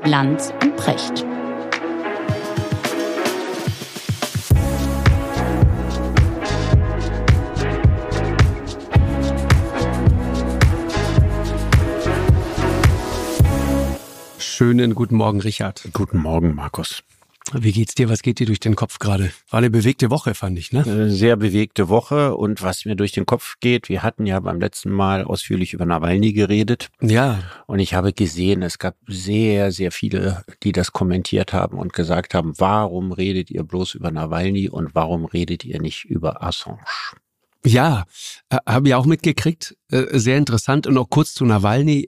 Lanz und Precht. Schönen guten Morgen, Richard. Guten Morgen, Markus. Wie geht's dir? Was geht dir durch den Kopf gerade? War eine bewegte Woche, fand ich, ne? Sehr bewegte Woche, und was mir durch den Kopf geht, wir hatten ja beim letzten Mal ausführlich über Nawalny geredet. Ja. Und ich habe gesehen, es gab sehr, sehr viele, die das kommentiert haben und gesagt haben, warum redet ihr bloß über Nawalny und warum redet ihr nicht über Assange? Ja, habe ich auch mitgekriegt. Sehr interessant. Und noch kurz zu Nawalny,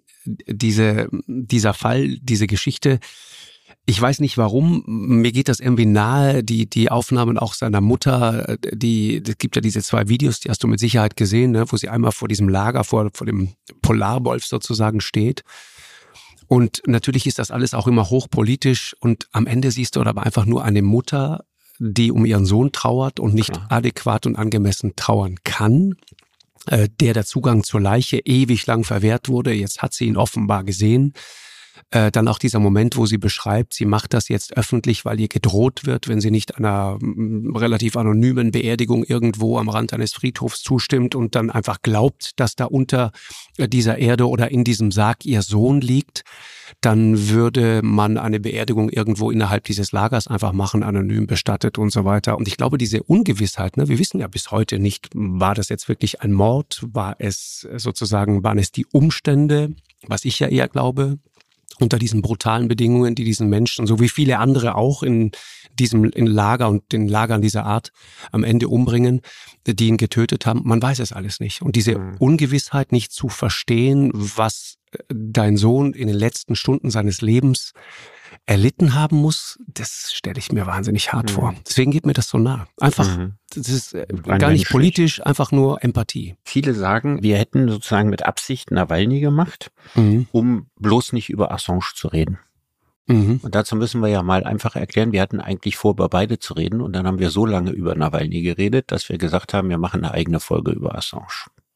dieser Fall, diese Geschichte. Ich weiß nicht warum, mir geht das irgendwie nahe, die Aufnahmen auch seiner Mutter, es gibt ja diese 2 Videos, die hast du mit Sicherheit gesehen, ne, wo sie einmal vor diesem Lager, vor dem Polarwolf sozusagen steht. Und natürlich ist das alles auch immer hochpolitisch, und am Ende siehst du aber einfach nur eine Mutter, die um ihren Sohn trauert und nicht adäquat und angemessen trauern kann, der Zugang zur Leiche ewig lang verwehrt wurde. Jetzt hat sie ihn offenbar gesehen. Dann auch dieser Moment, wo sie beschreibt, sie macht das jetzt öffentlich, weil ihr gedroht wird, wenn sie nicht einer relativ anonymen Beerdigung irgendwo am Rand eines Friedhofs zustimmt und dann einfach glaubt, dass da unter dieser Erde oder in diesem Sarg ihr Sohn liegt, dann würde man eine Beerdigung irgendwo innerhalb dieses Lagers einfach machen, anonym bestattet und so weiter. Und ich glaube, diese Ungewissheit, ne, wir wissen ja bis heute nicht, war das jetzt wirklich ein Mord, waren es die Umstände, was ich ja eher glaube, unter diesen brutalen Bedingungen, die diesen Menschen, so wie viele andere auch in Lager und den Lagern dieser Art am Ende umbringen, die ihn getötet haben. Man weiß es alles nicht. Und diese Ungewissheit, nicht zu verstehen, was dein Sohn in den letzten Stunden seines Lebens erlitten haben muss, das stelle ich mir wahnsinnig hart vor. Deswegen geht mir das so nah. Einfach, das ist gar nicht politisch, einfach nur Empathie. Viele sagen, wir hätten sozusagen mit Absicht Nawalny gemacht, um bloß nicht über Assange zu reden. Und dazu müssen wir ja mal einfach erklären, wir hatten eigentlich vor, über beide zu reden, und dann haben wir so lange über Nawalny geredet, dass wir gesagt haben, wir machen eine eigene Folge über Assange.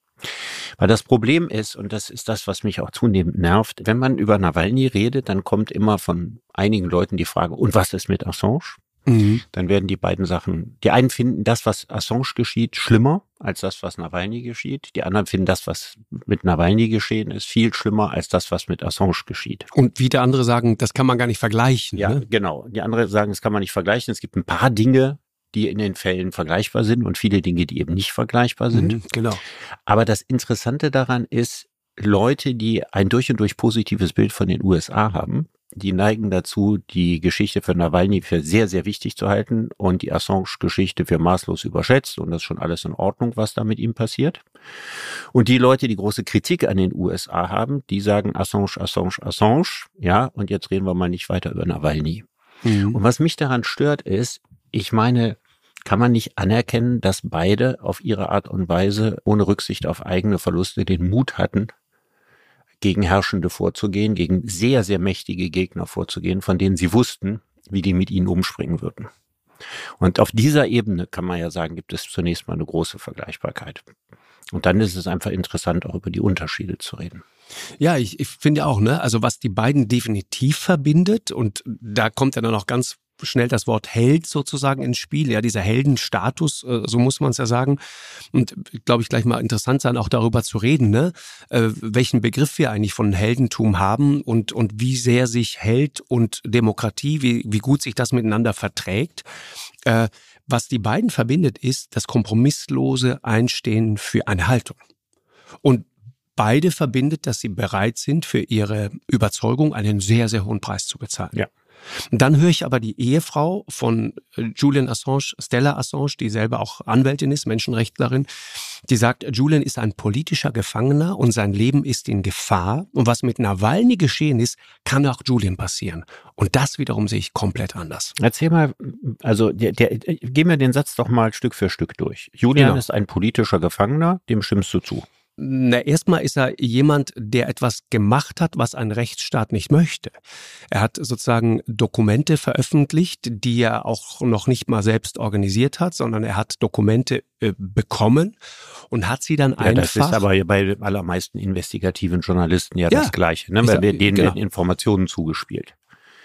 Weil das Problem ist, und das ist das, was mich auch zunehmend nervt, wenn man über Nawalny redet, dann kommt immer von einigen Leuten die Frage, und was ist mit Assange? Dann werden die beiden Sachen, die einen finden das, was Assange geschieht, schlimmer als das, was Nawalny geschieht. Die anderen finden das, was mit Nawalny geschehen ist, viel schlimmer als das, was mit Assange geschieht. Und wieder andere sagen, das kann man gar nicht vergleichen. Ja, ne? Genau. Die anderen sagen, das kann man nicht vergleichen. Es gibt ein paar Dinge, die in den Fällen vergleichbar sind, und viele Dinge, die eben nicht vergleichbar sind. Genau. Aber das Interessante daran ist, Leute, die ein durch und durch positives Bild von den USA haben, die neigen dazu, die Geschichte für Nawalny für sehr, sehr wichtig zu halten und die Assange-Geschichte für maßlos überschätzt, und das ist schon alles in Ordnung, was da mit ihm passiert. Und die Leute, die große Kritik an den USA haben, die sagen Assange, Assange, Assange, ja, und jetzt reden wir mal nicht weiter über Nawalny. Und was mich daran stört ist, ich meine, kann man nicht anerkennen, dass beide auf ihre Art und Weise ohne Rücksicht auf eigene Verluste den Mut hatten, gegen Herrschende vorzugehen, gegen sehr, sehr mächtige Gegner vorzugehen, von denen sie wussten, wie die mit ihnen umspringen würden. Und auf dieser Ebene kann man ja sagen, gibt es zunächst mal eine große Vergleichbarkeit. Und dann ist es einfach interessant, auch über die Unterschiede zu reden. Ja, ich finde auch, ne, also was die beiden definitiv verbindet, und da kommt ja dann auch ganz schnell das Wort Held sozusagen ins Spiel, ja, dieser Heldenstatus, so muss man es ja sagen. Und glaube ich, gleich mal interessant sein, auch darüber zu reden, ne, welchen Begriff wir eigentlich von Heldentum haben und wie sehr sich Held und Demokratie, wie gut sich das miteinander verträgt. Was die beiden verbindet, ist das kompromisslose Einstehen für eine Haltung. Und beide verbindet, dass sie bereit sind, für ihre Überzeugung einen sehr, sehr hohen Preis zu bezahlen. Ja. Dann höre ich aber die Ehefrau von Julian Assange, Stella Assange, die selber auch Anwältin ist, Menschenrechtlerin, die sagt, Julian ist ein politischer Gefangener und sein Leben ist in Gefahr. Und was mit Nawalny geschehen ist, kann auch Julian passieren. Und das wiederum sehe ich komplett anders. Erzähl mal, also geh mir den Satz doch mal Stück für Stück durch. Julian ist ein politischer Gefangener, dem stimmst du zu. Na, erstmal ist er jemand, der etwas gemacht hat, was ein Rechtsstaat nicht möchte. Er hat sozusagen Dokumente veröffentlicht, die er auch noch nicht mal selbst organisiert hat, sondern er hat Dokumente bekommen und hat sie dann einfach... Das ist aber bei den allermeisten investigativen Journalisten das Gleiche. Ne? Denen werden Informationen zugespielt.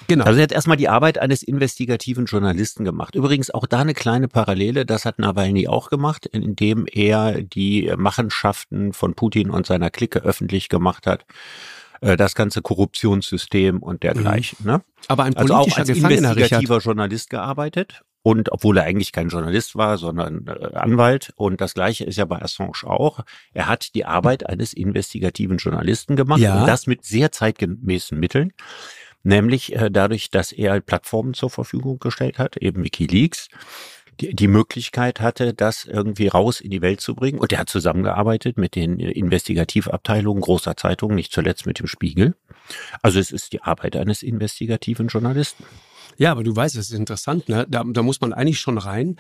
Genau. Also er hat erstmal die Arbeit eines investigativen Journalisten gemacht. Übrigens auch da eine kleine Parallele, das hat Nawalny auch gemacht, indem er die Machenschaften von Putin und seiner Clique öffentlich gemacht hat. Das ganze Korruptionssystem und dergleichen. Ne? Aber ein also auch politischer als Gefangener, investigativer Richard. Journalist gearbeitet. Und obwohl er eigentlich kein Journalist war, sondern Anwalt. Und das Gleiche ist ja bei Assange auch. Er hat die Arbeit eines investigativen Journalisten gemacht Ja. und das mit sehr zeitgemäßen Mitteln. Nämlich dadurch, dass er Plattformen zur Verfügung gestellt hat, eben WikiLeaks, die Möglichkeit hatte, das irgendwie raus in die Welt zu bringen. Und er hat zusammengearbeitet mit den Investigativabteilungen großer Zeitungen, nicht zuletzt mit dem Spiegel. Also es ist die Arbeit eines investigativen Journalisten. Ja, aber du weißt, es ist interessant, ne? Da muss man eigentlich schon rein.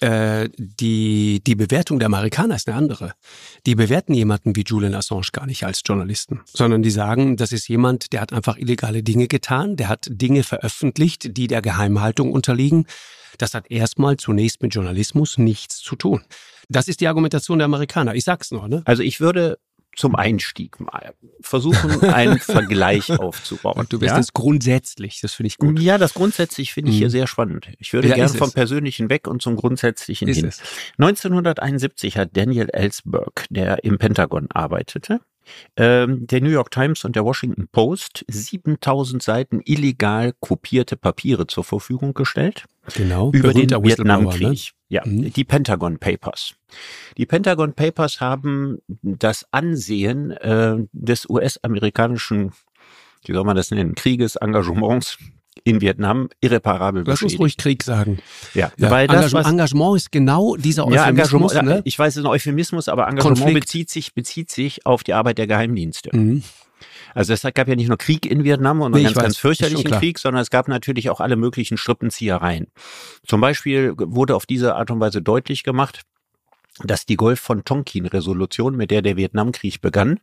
Die Bewertung der Amerikaner ist eine andere. Die bewerten jemanden wie Julian Assange gar nicht als Journalisten, sondern die sagen, das ist jemand, der hat einfach illegale Dinge getan, der hat Dinge veröffentlicht, die der Geheimhaltung unterliegen. Das hat erstmal zunächst mit Journalismus nichts zu tun. Das ist die Argumentation der Amerikaner. Ich sag's nur, ne? Also ich würde zum Einstieg mal versuchen, einen Vergleich aufzubauen. Und du bist jetzt grundsätzlich, das finde ich gut. Ja, das grundsätzlich finde ich hier sehr spannend. Ich würde gerne vom Persönlichen weg und zum Grundsätzlichen hin. Es. 1971 hat Daniel Ellsberg, der im Pentagon arbeitete, der New York Times und der Washington Post 7000 Seiten illegal kopierte Papiere zur Verfügung gestellt. Genau. Über den Whistleblower, Vietnamkrieg. Ne? Ja, die Pentagon Papers. Die Pentagon Papers haben das Ansehen des US-amerikanischen, wie soll man das nennen, Kriegesengagements in Vietnam irreparabel beschädigt. Lass uns ruhig Krieg sagen. Ja, ja. weil das Engagement ist genau dieser Euphemismus. Ja, ne? Ich weiß, es ist ein Euphemismus, aber Engagement bezieht sich auf die Arbeit der Geheimdienste. Mhm. Also es gab ja nicht nur Krieg in Vietnam und einen ganz fürchterlichen Krieg, sondern es gab natürlich auch alle möglichen Strippenziehereien. Zum Beispiel wurde auf diese Art und Weise deutlich gemacht, dass die Golf von Tonkin-Resolution, mit der Vietnamkrieg begann,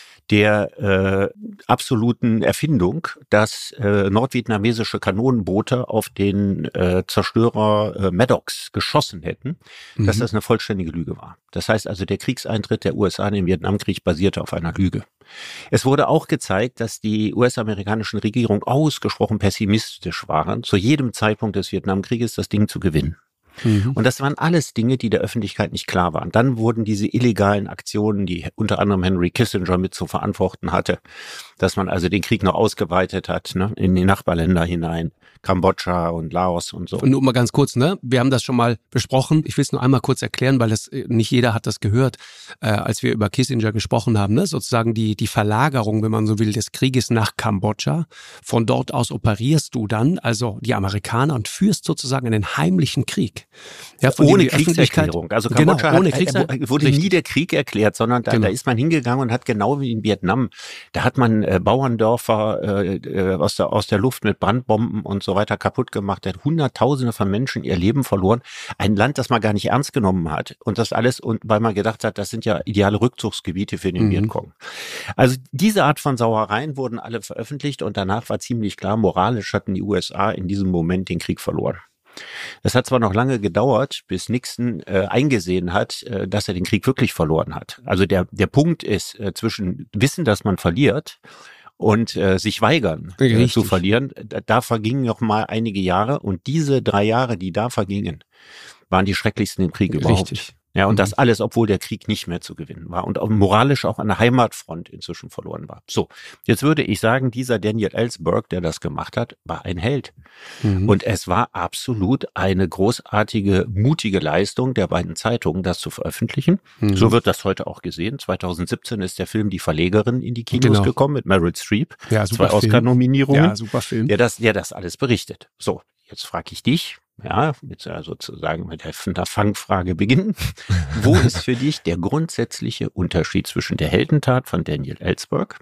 der absoluten Erfindung, dass nordvietnamesische Kanonenboote auf den Zerstörer Maddox geschossen hätten, dass das eine vollständige Lüge war. Das heißt also, der Kriegseintritt der USA in den Vietnamkrieg basierte auf einer Lüge. Es wurde auch gezeigt, dass die US-amerikanischen Regierungen ausgesprochen pessimistisch waren, zu jedem Zeitpunkt des Vietnamkrieges das Ding zu gewinnen. Und das waren alles Dinge, die der Öffentlichkeit nicht klar waren. Dann wurden diese illegalen Aktionen, die unter anderem Henry Kissinger mit zu verantworten hatte, dass man also den Krieg noch ausgeweitet hat, ne, in die Nachbarländer hinein, Kambodscha und Laos und so. Und nur mal ganz kurz, ne? Wir haben das schon mal besprochen. Ich will es nur einmal kurz erklären, weil das nicht jeder hat das gehört, als wir über Kissinger gesprochen haben, ne? Sozusagen die Verlagerung, wenn man so will, des Krieges nach Kambodscha. Von dort aus operierst du dann, also die Amerikaner, und führst sozusagen einen heimlichen Krieg. Ja, ohne Kriegserklärung. Also Kambodscha wurde nie der Krieg erklärt, sondern da ist man hingegangen und hat genau wie in Vietnam, da hat man Bauerndörfer aus der Luft mit Brandbomben und so weiter kaputt gemacht. Da hat Hunderttausende von Menschen ihr Leben verloren. Ein Land, das man gar nicht ernst genommen hat. Und das alles, und weil man gedacht hat, das sind ja ideale Rückzugsgebiete für den Vietcong. Also diese Art von Sauereien wurden alle veröffentlicht und danach war ziemlich klar, moralisch hatten die USA in diesem Moment den Krieg verloren. Das hat zwar noch lange gedauert, bis Nixon eingesehen hat, dass er den Krieg wirklich verloren hat. Also der Punkt ist zwischen Wissen, dass man verliert, und sich weigern zu verlieren, da vergingen noch mal einige Jahre, und diese 3 Jahre, die da vergingen, waren die schrecklichsten im Krieg überhaupt. Richtig. Ja, und das alles, obwohl der Krieg nicht mehr zu gewinnen war und auch moralisch auch an der Heimatfront inzwischen verloren war. So, jetzt würde ich sagen, dieser Daniel Ellsberg, der das gemacht hat, war ein Held. Und es war absolut eine großartige, mutige Leistung der beiden Zeitungen, das zu veröffentlichen. So wird das heute auch gesehen. 2017 ist der Film Die Verlegerin in die Kinos gekommen mit Meryl Streep. Ja, 2 Oscar-Nominierungen. Ja, super Film. Der das alles berichtet. So, jetzt frage ich dich, ja, jetzt sozusagen mit der Fangfrage beginnen. Wo ist für dich der grundsätzliche Unterschied zwischen der Heldentat von Daniel Ellsberg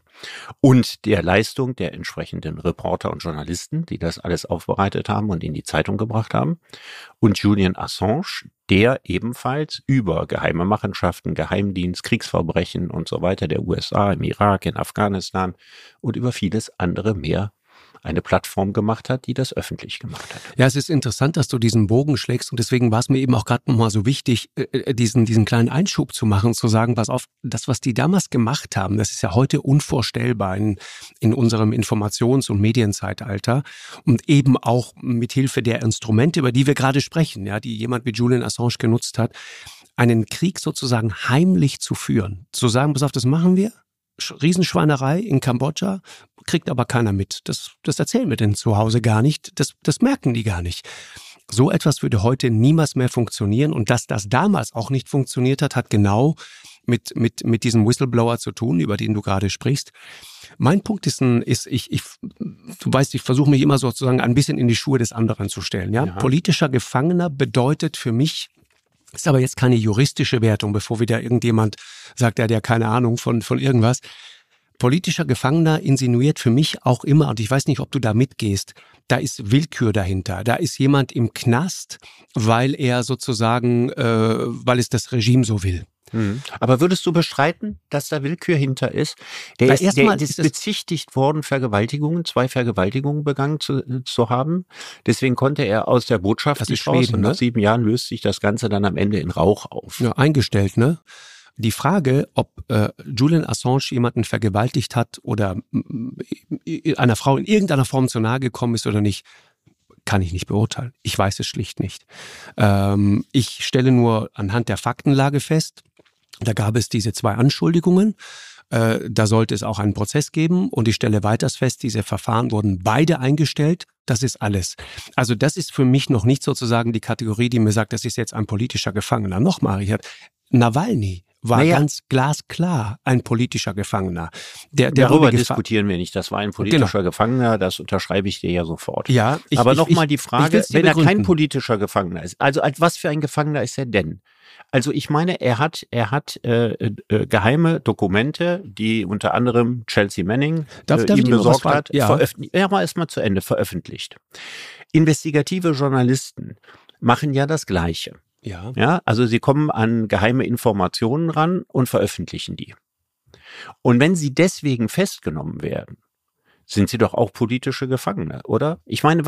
und der Leistung der entsprechenden Reporter und Journalisten, die das alles aufbereitet haben und in die Zeitung gebracht haben, und Julian Assange, der ebenfalls über geheime Machenschaften, Geheimdienst, Kriegsverbrechen und so weiter der USA im Irak, in Afghanistan und über vieles andere mehr eine Plattform gemacht hat, die das öffentlich gemacht hat. Ja, es ist interessant, dass du diesen Bogen schlägst und deswegen war es mir eben auch gerade nochmal so wichtig, diesen kleinen Einschub zu machen, zu sagen, pass auf, das, was die damals gemacht haben, das ist ja heute unvorstellbar in unserem Informations- und Medienzeitalter und eben auch mit Hilfe der Instrumente, über die wir gerade sprechen, ja, die jemand wie Julian Assange genutzt hat, einen Krieg sozusagen heimlich zu führen, zu sagen, pass auf, das machen wir, Riesenschweinerei in Kambodscha, kriegt aber keiner mit. Das erzählen wir denn zu Hause gar nicht, das merken die gar nicht. So etwas würde heute niemals mehr funktionieren und dass das damals auch nicht funktioniert hat, hat genau mit diesem Whistleblower zu tun, über den du gerade sprichst. Mein Punkt ist du weißt, ich versuche mich immer sozusagen ein bisschen in die Schuhe des anderen zu stellen. Ja? Politischer Gefangener bedeutet für mich, ist aber jetzt keine juristische Wertung, bevor wieder irgendjemand sagt, er hat ja keine Ahnung von irgendwas. Politischer Gefangener insinuiert für mich auch immer, und ich weiß nicht, ob du da mitgehst, da ist Willkür dahinter. Da ist jemand im Knast, weil er sozusagen, weil es das Regime so will. Aber würdest du bestreiten, dass da Willkür hinter ist? Der ist bezichtigt worden, 2 Vergewaltigungen begangen zu haben. Deswegen konnte er aus der Botschaft nicht raus. Schweden, und nach ne? 7 Jahren löst sich das Ganze dann am Ende in Rauch auf. Ja, eingestellt, ne? Die Frage, ob Julian Assange jemanden vergewaltigt hat oder einer Frau in irgendeiner Form zu nahe gekommen ist oder nicht, kann ich nicht beurteilen. Ich weiß es schlicht nicht. Ich stelle nur anhand der Faktenlage fest, da gab es diese 2 Anschuldigungen. Da sollte es auch einen Prozess geben und ich stelle weiters fest, diese Verfahren wurden beide eingestellt. Das ist alles. Also das ist für mich noch nicht sozusagen die Kategorie, die mir sagt, das ist jetzt ein politischer Gefangener. Nochmal, Richard, Nawalny war ganz glasklar ein politischer Gefangener. Darüber diskutieren wir nicht. Das war ein politischer Gefangener, das unterschreibe ich dir ja sofort. Ja, aber nochmal die Frage, wenn er kein politischer Gefangener ist, also was für ein Gefangener ist er denn? Also ich meine, er hat geheime Dokumente, die unter anderem Chelsea Manning ihm besorgt hat, veröffentlicht. Investigative Journalisten machen ja das Gleiche. Ja, also sie kommen an geheime Informationen ran und veröffentlichen die. Und wenn sie deswegen festgenommen werden, sind sie doch auch politische Gefangene, oder? Ich meine,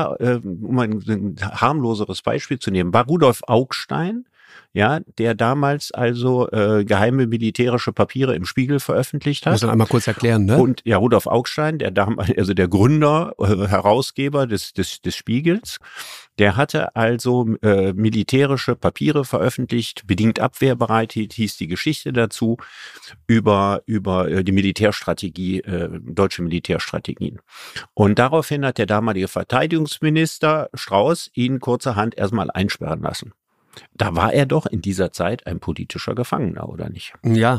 um ein harmloseres Beispiel zu nehmen, war Rudolf Augstein, ja, der damals also geheime militärische Papiere im Spiegel veröffentlicht hat. Muss man einmal kurz erklären, ne? Und ja, Rudolf Augstein, der Gründer, Herausgeber des Spiegels, der hatte also militärische Papiere veröffentlicht, bedingt abwehrbereit hieß die Geschichte dazu, über die Militärstrategie, deutsche Militärstrategien. Und daraufhin hat der damalige Verteidigungsminister Strauß ihn kurzerhand erstmal einsperren lassen. Da war er doch in dieser Zeit ein politischer Gefangener, oder nicht? Ja,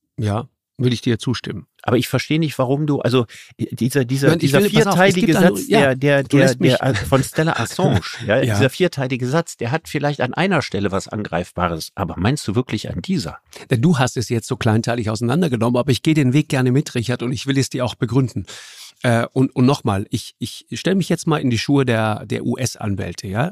würde ich dir zustimmen. Aber ich verstehe nicht, warum du, also dieser vierteilige Satz, der von Stella Assange, dieser vierteilige Satz, der hat vielleicht an einer Stelle was Angreifbares, aber meinst du wirklich an dieser? Denn du hast es jetzt so kleinteilig auseinandergenommen, aber ich gehe den Weg gerne mit, Richard, und ich will es dir auch begründen. Und nochmal, ich stelle mich jetzt mal in die Schuhe der US-Anwälte, ja.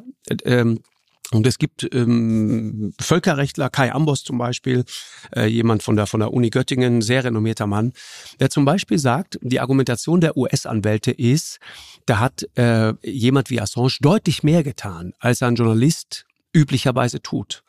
Und es gibt Völkerrechtler, Kai Ambos zum Beispiel, jemand von der Uni Göttingen, sehr renommierter Mann, der zum Beispiel sagt, die Argumentation der US-Anwälte ist, da hat jemand wie Assange deutlich mehr getan, als ein Journalist üblicherweise tut.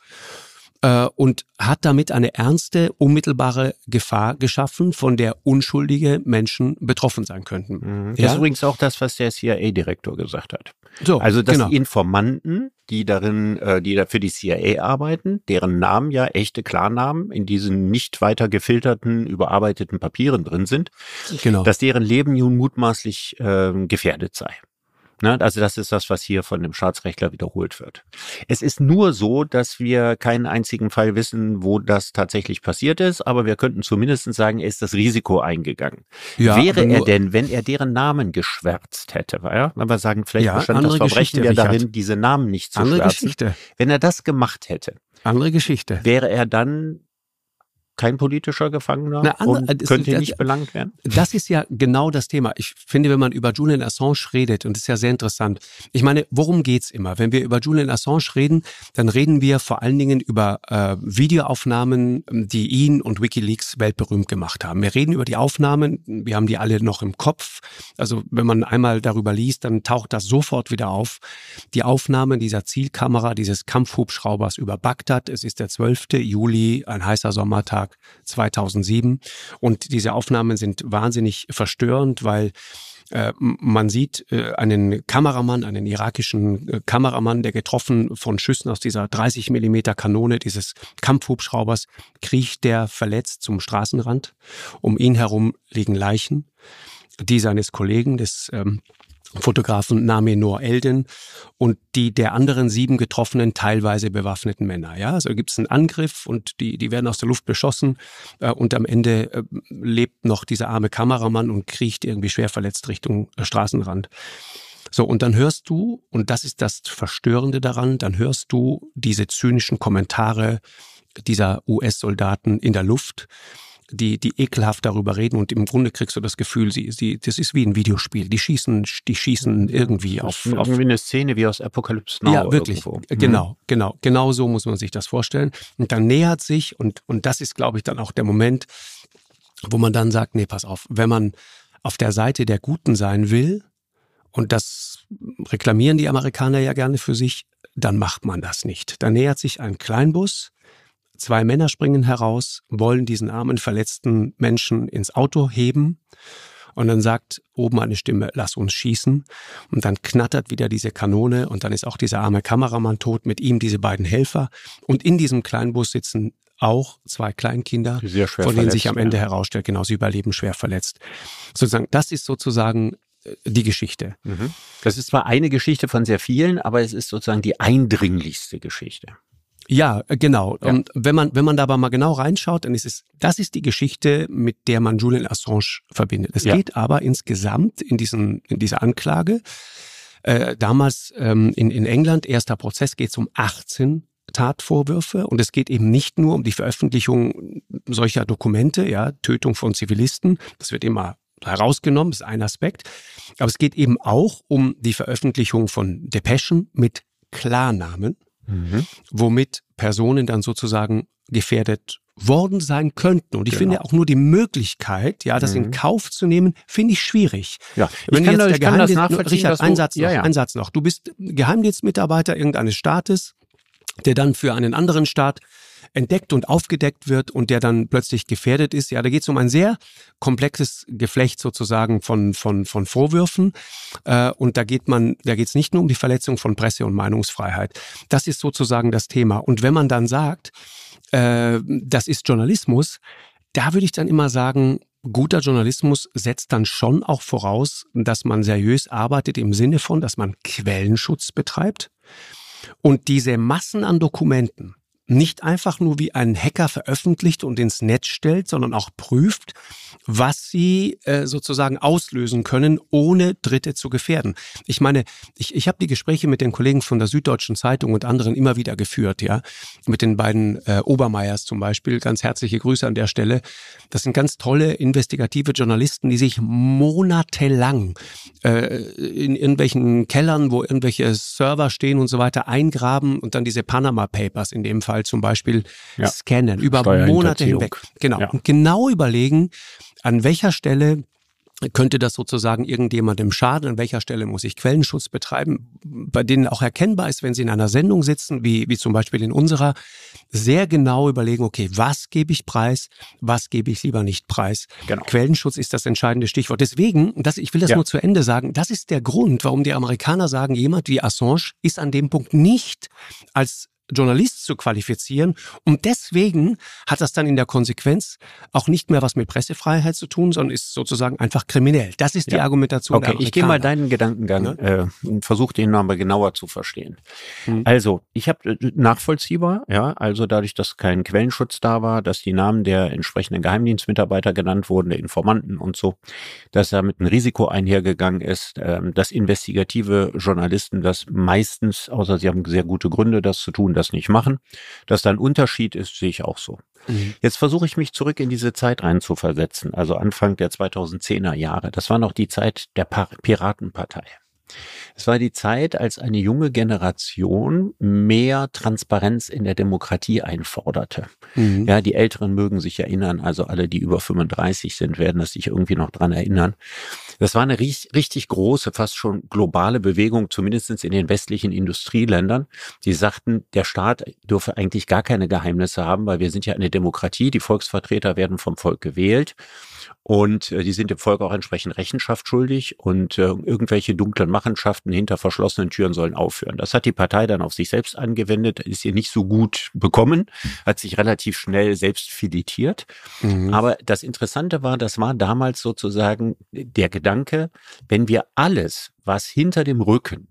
Und hat damit eine ernste, unmittelbare Gefahr geschaffen, von der unschuldige Menschen betroffen sein könnten. Das ist übrigens auch das, was der CIA-Direktor gesagt hat. So, also, dass die Informanten, die da für die CIA arbeiten, deren Namen ja echte Klarnamen in diesen nicht weiter gefilterten, überarbeiteten Papieren drin sind, dass deren Leben nun mutmaßlich gefährdet sei. Also das ist das, was hier von dem Staatsrechtler wiederholt wird. Es ist nur so, dass wir keinen einzigen Fall wissen, wo das tatsächlich passiert ist, aber wir könnten zumindest sagen, er ist das Risiko eingegangen. Wäre er denn, wenn er deren Namen geschwärzt hätte, wenn wir sagen, vielleicht bestand das Verbrechen ja darin, diese Namen nicht zu schwärzen. Wenn er das gemacht hätte, andere Geschichte. Wäre er dann kein politischer Gefangener und könnte nicht belangt werden? Das ist ja genau das Thema. Ich finde, wenn man über Julian Assange redet, und das ist ja sehr interessant. Ich meine, worum geht's immer? Wenn wir über Julian Assange reden, dann reden wir vor allen Dingen über Videoaufnahmen, die ihn und WikiLeaks weltberühmt gemacht haben. Wir reden über die Aufnahmen, wir haben die alle noch im Kopf. Also wenn man einmal darüber liest, dann taucht das sofort wieder auf. Die Aufnahmen dieser Zielkamera, dieses Kampfhubschraubers über Bagdad. Es ist der 12. Juli, ein heißer Sommertag 2007. Und diese Aufnahmen sind wahnsinnig verstörend, weil man sieht einen Kameramann, einen irakischen Kameramann, der getroffen von Schüssen aus dieser 30 Millimeter Kanone dieses Kampfhubschraubers, kriecht der verletzt zum Straßenrand. Um ihn herum liegen Leichen, die seines Kollegen, des Fotografen Name Noor Elden und die der anderen 7 getroffenen, teilweise bewaffneten Männer. Ja, also gibt es einen Angriff und die werden aus der Luft beschossen und am Ende lebt noch dieser arme Kameramann und kriecht irgendwie schwer verletzt Richtung Straßenrand. So, und dann hörst du, und das ist das Verstörende daran, dann hörst du diese zynischen Kommentare dieser US-Soldaten in der Luft, die ekelhaft darüber reden, und im Grunde kriegst du das Gefühl, das ist wie ein Videospiel. Die schießen irgendwie auf irgendwie eine Szene wie aus Apocalypse Now. Ja, wirklich. Irgendwo. Genau so muss man sich das vorstellen. Und dann nähert sich, und das ist, glaube ich, dann auch der Moment, wo man dann sagt, nee, pass auf, wenn man auf der Seite der Guten sein will, und das reklamieren die Amerikaner ja gerne für sich, dann macht man das nicht. Da nähert sich ein Kleinbus, 2 Männer springen heraus, wollen diesen armen, verletzten Menschen ins Auto heben, und dann sagt oben eine Stimme, lass uns schießen, und dann knattert wieder diese Kanone und dann ist auch dieser arme Kameramann tot, mit ihm diese beiden Helfer, und in diesem Kleinbus sitzen auch 2 Kleinkinder, von denen sich am Ende herausstellt, genau, sie überleben schwer verletzt. Sozusagen, das ist sozusagen die Geschichte. Das ist zwar eine Geschichte von sehr vielen, aber es ist sozusagen die eindringlichste Geschichte. Ja, genau. Ja. Und wenn man da aber mal genau reinschaut, dann das ist die Geschichte, mit der man Julian Assange verbindet. Es geht aber insgesamt in dieser Anklage, damals in England, erster Prozess, geht es um 18 Tatvorwürfe, und es geht eben nicht nur um die Veröffentlichung solcher Dokumente, ja, Tötung von Zivilisten, das wird immer herausgenommen, das ist ein Aspekt, aber es geht eben auch um die Veröffentlichung von Depeschen mit Klarnamen, womit Personen dann sozusagen gefährdet worden sein könnten. Und ich finde auch nur die Möglichkeit, ja, das in Kauf zu nehmen, finde ich schwierig. Ja, wenn ich kann das nachvollziehen. Richard, ein Satz noch. Du bist Geheimdienstmitarbeiter irgendeines Staates, der dann für einen anderen Staat entdeckt und aufgedeckt wird und der dann plötzlich gefährdet ist. Ja, da geht es um ein sehr komplexes Geflecht sozusagen von Vorwürfen. Und da geht's nicht nur um die Verletzung von Presse- und Meinungsfreiheit. Das ist sozusagen das Thema. Und wenn man dann sagt, das ist Journalismus, da würde ich dann immer sagen, guter Journalismus setzt dann schon auch voraus, dass man seriös arbeitet im Sinne von, dass man Quellenschutz betreibt und diese Massen an Dokumenten nicht einfach nur wie ein Hacker veröffentlicht und ins Netz stellt, sondern auch prüft, was sie sozusagen auslösen können, ohne Dritte zu gefährden. Ich meine, ich habe die Gespräche mit den Kollegen von der Süddeutschen Zeitung und anderen immer wieder geführt, ja, mit den beiden Obermeyers zum Beispiel. Ganz herzliche Grüße an der Stelle. Das sind ganz tolle investigative Journalisten, die sich monatelang in irgendwelchen Kellern, wo irgendwelche Server stehen und so weiter, eingraben und dann diese Panama Papers in dem Fall zum Beispiel scannen, über Monate hinweg. Genau. Ja. Und genau überlegen, an welcher Stelle könnte das sozusagen irgendjemandem schaden, an welcher Stelle muss ich Quellenschutz betreiben, bei denen auch erkennbar ist, wenn sie in einer Sendung sitzen, wie zum Beispiel in unserer, sehr genau überlegen, okay, was gebe ich preis, was gebe ich lieber nicht preis. Genau. Quellenschutz ist das entscheidende Stichwort. Deswegen, ich will das nur zu Ende sagen, das ist der Grund, warum die Amerikaner sagen, jemand wie Assange ist an dem Punkt nicht als Journalist zu qualifizieren, und deswegen hat das dann in der Konsequenz auch nicht mehr was mit Pressefreiheit zu tun, sondern ist sozusagen einfach kriminell. Das ist die Argumentation der Amerikaner. Ich gehe mal deinen Gedankengang und versuche den nochmal genauer zu verstehen. Also, ich habe nachvollziehbar, also dadurch, dass kein Quellenschutz da war, dass die Namen der entsprechenden Geheimdienstmitarbeiter genannt wurden, der Informanten und so, dass damit ein Risiko einhergegangen ist, dass investigative Journalisten das meistens, außer sie haben sehr gute Gründe, das zu tun, das nicht machen. Dass da ein Unterschied ist, sehe ich auch so. Jetzt versuche ich mich zurück in diese Zeit reinzuversetzen, also Anfang der 2010er Jahre. Das war noch die Zeit der Piratenpartei. Es war die Zeit, als eine junge Generation mehr Transparenz in der Demokratie einforderte. Ja, die Älteren mögen sich erinnern, also alle, die über 35 sind, werden das sich irgendwie noch dran erinnern. Das war eine richtig große, fast schon globale Bewegung, zumindest in den westlichen Industrieländern. Die sagten, der Staat dürfe eigentlich gar keine Geheimnisse haben, weil wir sind ja eine Demokratie, die Volksvertreter werden vom Volk gewählt. Und die sind dem Volk auch entsprechend Rechenschaft schuldig und irgendwelche dunklen Machenschaften hinter verschlossenen Türen sollen aufhören. Das hat die Partei dann auf sich selbst angewendet, ist ihr nicht so gut bekommen, hat sich relativ schnell selbst filetiert. Aber das Interessante war, das war damals sozusagen der Gedanke, wenn wir alles, was hinter dem Rücken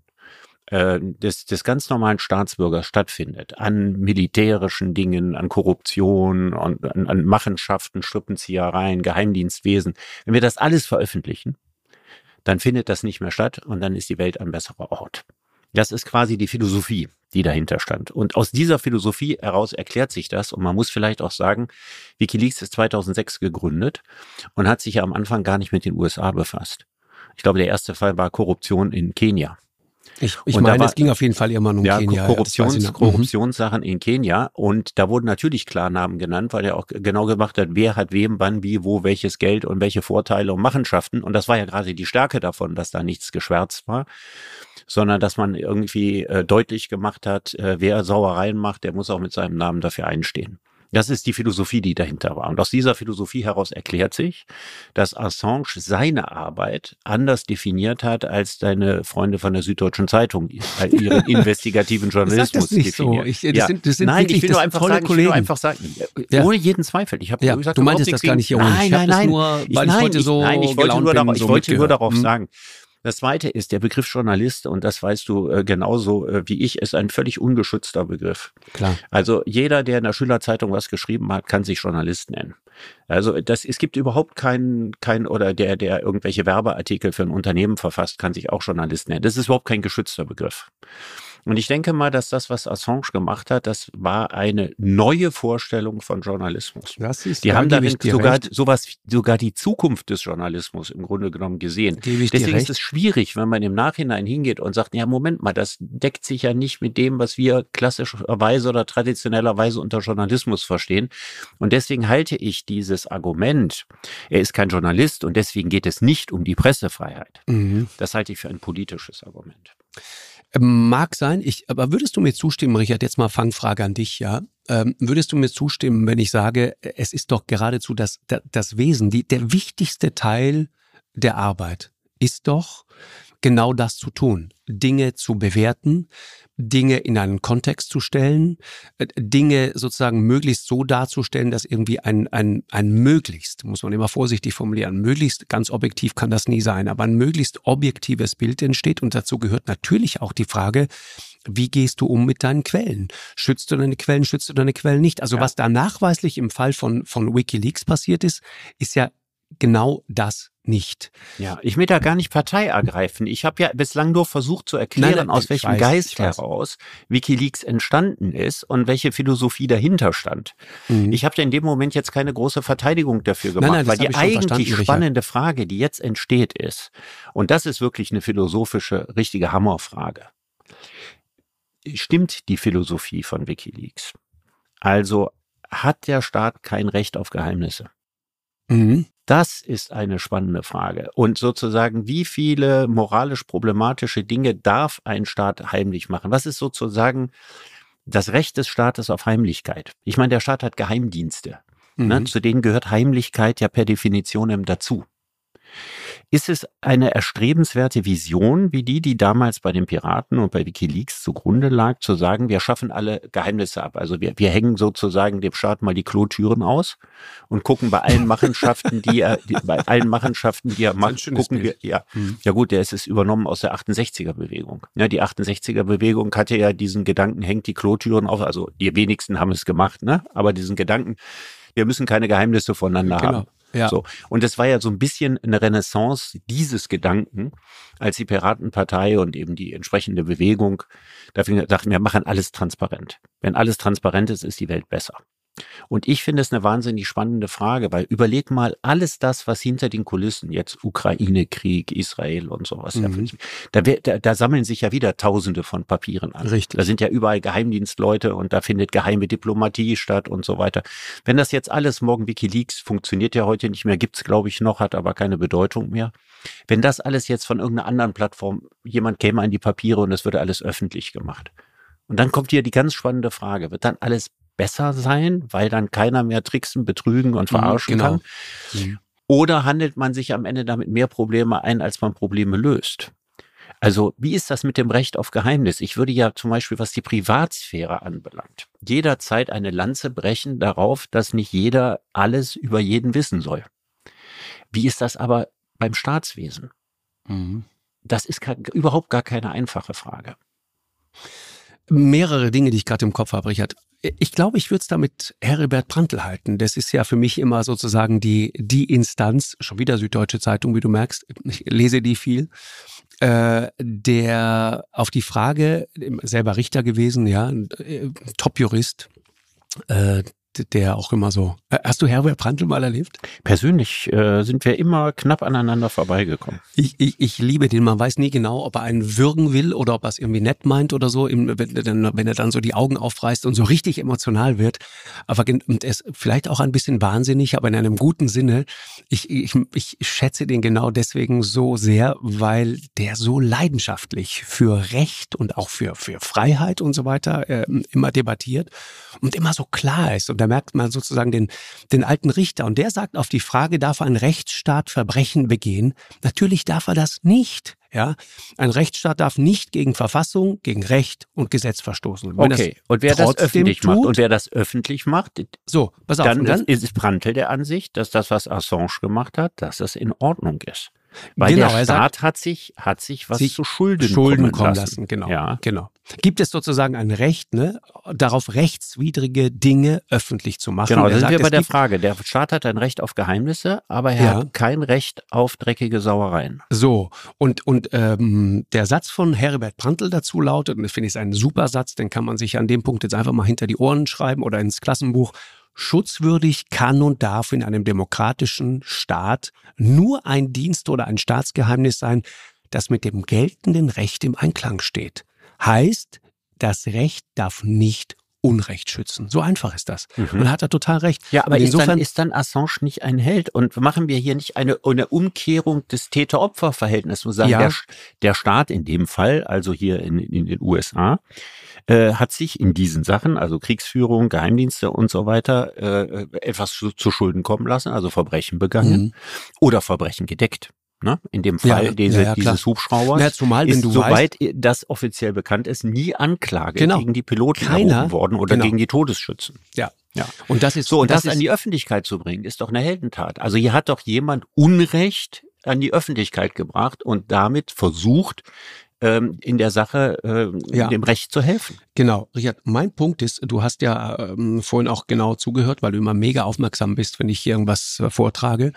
des ganz normalen Staatsbürgers stattfindet, an militärischen Dingen, an Korruption und an Machenschaften, Strippenziehereien, Geheimdienstwesen, wenn wir das alles veröffentlichen, dann findet das nicht mehr statt und dann ist die Welt ein besserer Ort. Das ist quasi die Philosophie, die dahinter stand. Und aus dieser Philosophie heraus erklärt sich das. Und man muss vielleicht auch sagen, WikiLeaks ist 2006 gegründet und hat sich ja am Anfang gar nicht mit den USA befasst. Ich glaube, der erste Fall war Korruption in Kenia. Ich meine, es ging auf jeden Fall immer um Kenia. Korruptionssachen in Kenia. Und da wurden natürlich Klarnamen genannt, weil er auch genau gemacht hat, wer hat wem, wann, wie, wo, welches Geld und welche Vorteile und Machenschaften. Und das war ja gerade die Stärke davon, dass da nichts geschwärzt war, sondern dass man irgendwie deutlich gemacht hat, wer Sauereien macht, der muss auch mit seinem Namen dafür einstehen. Das ist die Philosophie, die dahinter war. Und aus dieser Philosophie heraus erklärt sich, dass Assange seine Arbeit anders definiert hat, als deine Freunde von der Süddeutschen Zeitung ihren investigativen Journalismus definieren. Das sind nein, ich will nur einfach sagen, Ja. ohne jeden Zweifel. Ich habe gesagt, du meintest das gar nicht ironisch. Nein. Ich wollte nur darauf sagen. Das Zweite ist, der Begriff Journalist, und das weißt du genauso wie ich, ist ein völlig ungeschützter Begriff. Klar. Also jeder, der in der Schülerzeitung was geschrieben hat, kann sich Journalist nennen. Also es gibt überhaupt keinen oder der irgendwelche Werbeartikel für ein Unternehmen verfasst, kann sich auch Journalist nennen. Das ist überhaupt kein geschützter Begriff. Und ich denke mal, dass das, was Assange gemacht hat, das war eine neue Vorstellung von Journalismus. Die haben darin sogar die Zukunft des Journalismus im Grunde genommen gesehen. Deswegen ist es schwierig, wenn man im Nachhinein hingeht und sagt, ja, Moment mal, das deckt sich ja nicht mit dem, was wir klassischerweise oder traditionellerweise unter Journalismus verstehen. Und deswegen halte ich dieses Argument, er ist kein Journalist und deswegen geht es nicht um die Pressefreiheit. Das halte ich für ein politisches Argument. Mag sein, aber würdest du mir zustimmen, Richard, jetzt mal Fangfrage an dich, ja? Würdest du mir zustimmen, wenn ich sage, es ist doch geradezu das Wesen, der wichtigste Teil der Arbeit ist doch genau das zu tun, Dinge zu bewerten, Dinge in einen Kontext zu stellen, Dinge sozusagen möglichst so darzustellen, dass irgendwie ein möglichst, muss man immer vorsichtig formulieren, möglichst, ganz objektiv kann das nie sein, aber ein möglichst objektives Bild entsteht und dazu gehört natürlich auch die Frage, wie gehst du um mit deinen Quellen? Schützt du deine Quellen nicht? Also was da nachweislich im Fall von WikiLeaks passiert ist ja genau das nicht. Ja, ich will da gar nicht Partei ergreifen. Ich habe ja bislang nur versucht zu erklären, aus welchem Geist heraus WikiLeaks entstanden ist und welche Philosophie dahinter stand. Ich habe da in dem Moment jetzt keine große Verteidigung dafür gemacht, weil die eigentlich spannende Frage, die jetzt entsteht, ist, und das ist wirklich eine philosophische, richtige Hammerfrage. Stimmt die Philosophie von WikiLeaks? Also hat der Staat kein Recht auf Geheimnisse? Das ist eine spannende Frage. Und sozusagen, wie viele moralisch problematische Dinge darf ein Staat heimlich machen? Was ist sozusagen das Recht des Staates auf Heimlichkeit? Ich meine, der Staat hat Geheimdienste. Ne? Zu denen gehört Heimlichkeit ja per Definition dazu. Ist es eine erstrebenswerte Vision, wie die damals bei den Piraten und bei WikiLeaks zugrunde lag, zu sagen, wir schaffen alle Geheimnisse ab. Also wir hängen sozusagen dem Staat mal die Klotüren aus und gucken bei allen Machenschaften, die er macht, gucken wir, ja gut, der ist es übernommen aus der 68er-Bewegung. Ja, die 68er-Bewegung hatte ja diesen Gedanken, hängt die Klotüren auf, also die wenigsten haben es gemacht, ne? Aber diesen Gedanken, wir müssen keine Geheimnisse voneinander haben. Ja. So. Und es war ja so ein bisschen eine Renaissance dieses Gedanken, als die Piratenpartei und eben die entsprechende Bewegung dafür dachten, wir machen alles transparent. Wenn alles transparent ist, ist die Welt besser. Und ich finde es eine wahnsinnig spannende Frage, weil überleg mal, alles das, was hinter den Kulissen, jetzt Ukraine-Krieg, Israel und sowas, da sammeln sich ja wieder Tausende von Papieren an. Richtig. Da sind ja überall Geheimdienstleute und da findet geheime Diplomatie statt und so weiter. Wenn das jetzt alles morgen WikiLeaks funktioniert ja heute nicht mehr, gibt's glaube ich noch, hat aber keine Bedeutung mehr. Wenn das alles jetzt von irgendeiner anderen Plattform, jemand käme an die Papiere und es würde alles öffentlich gemacht. Und dann kommt hier die ganz spannende Frage, wird dann alles besser sein, weil dann keiner mehr tricksen, betrügen und verarschen kann? Oder handelt man sich am Ende damit mehr Probleme ein, als man Probleme löst? Also wie ist das mit dem Recht auf Geheimnis? Ich würde ja zum Beispiel, was die Privatsphäre anbelangt, jederzeit eine Lanze brechen darauf, dass nicht jeder alles über jeden wissen soll. Wie ist das aber beim Staatswesen? Das ist überhaupt gar keine einfache Frage. Mehrere Dinge, die ich gerade im Kopf habe, Richard. Ich glaube, ich würde es da mit Heribert Prantl halten. Das ist ja für mich immer sozusagen die Instanz, schon wieder Süddeutsche Zeitung, wie du merkst, ich lese die viel, der auf die Frage, selber Richter gewesen, ja, Top-Jurist, der auch immer so. Hast du Herbert Prantl mal erlebt? Persönlich sind wir immer knapp aneinander vorbeigekommen. Ich liebe den. Man weiß nie genau, ob er einen würgen will oder ob er es irgendwie nett meint oder so, wenn er dann so die Augen aufreißt und so richtig emotional wird. Aber er ist vielleicht auch ein bisschen wahnsinnig, aber in einem guten Sinne. Ich schätze den genau deswegen so sehr, weil der so leidenschaftlich für Recht und auch für Freiheit und so weiter immer debattiert und immer so klar ist. Und da merkt man sozusagen den alten Richter. Und der sagt auf die Frage, darf ein Rechtsstaat Verbrechen begehen? Natürlich darf er das nicht. Ja, ein Rechtsstaat darf nicht gegen Verfassung, gegen Recht und Gesetz verstoßen. Okay, und wer das öffentlich macht, so, pass auf, dann ist Prantl der Ansicht, dass das, was Assange gemacht hat, dass das in Ordnung ist. Weil genau, der Staat hat sich was zu Schulden kommen lassen. Genau, ja. Genau. Gibt es sozusagen ein Recht, darauf rechtswidrige Dinge öffentlich zu machen? Genau, da sind wir bei der Frage. Der Staat hat ein Recht auf Geheimnisse, aber er hat kein Recht auf dreckige Sauereien. So, und der Satz von Heribert Prantl dazu lautet, und das finde ich ein super Satz, den kann man sich an dem Punkt jetzt einfach mal hinter die Ohren schreiben oder ins Klassenbuch: Schutzwürdig kann und darf in einem demokratischen Staat nur ein Dienst oder ein Staatsgeheimnis sein, das mit dem geltenden Recht im Einklang steht. Heißt, das Recht darf nicht Unrecht schützen. So einfach ist das. Und da hat er total recht. Ja, aber ist dann Assange nicht ein Held? Und machen wir hier nicht eine Umkehrung des Täter-Opfer-Verhältnisses? Wir sagen, der Staat in dem Fall, also hier in den USA, hat sich in diesen Sachen, also Kriegsführung, Geheimdienste und so weiter, etwas zu Schulden kommen lassen, also Verbrechen begangen oder Verbrechen gedeckt. Ne? In dem Fall dieses Hubschraubers ist, soweit das offiziell bekannt ist, nie Anklage gegen die Piloten erhoben worden oder gegen die Todesschützen. Ja. Und das ist so, und das an die Öffentlichkeit zu bringen, ist doch eine Heldentat. Also hier hat doch jemand Unrecht an die Öffentlichkeit gebracht und damit versucht, in der Sache dem Recht zu helfen. Genau, Richard, mein Punkt ist, du hast ja vorhin auch genau zugehört, weil du immer mega aufmerksam bist, wenn ich hier irgendwas vortrage.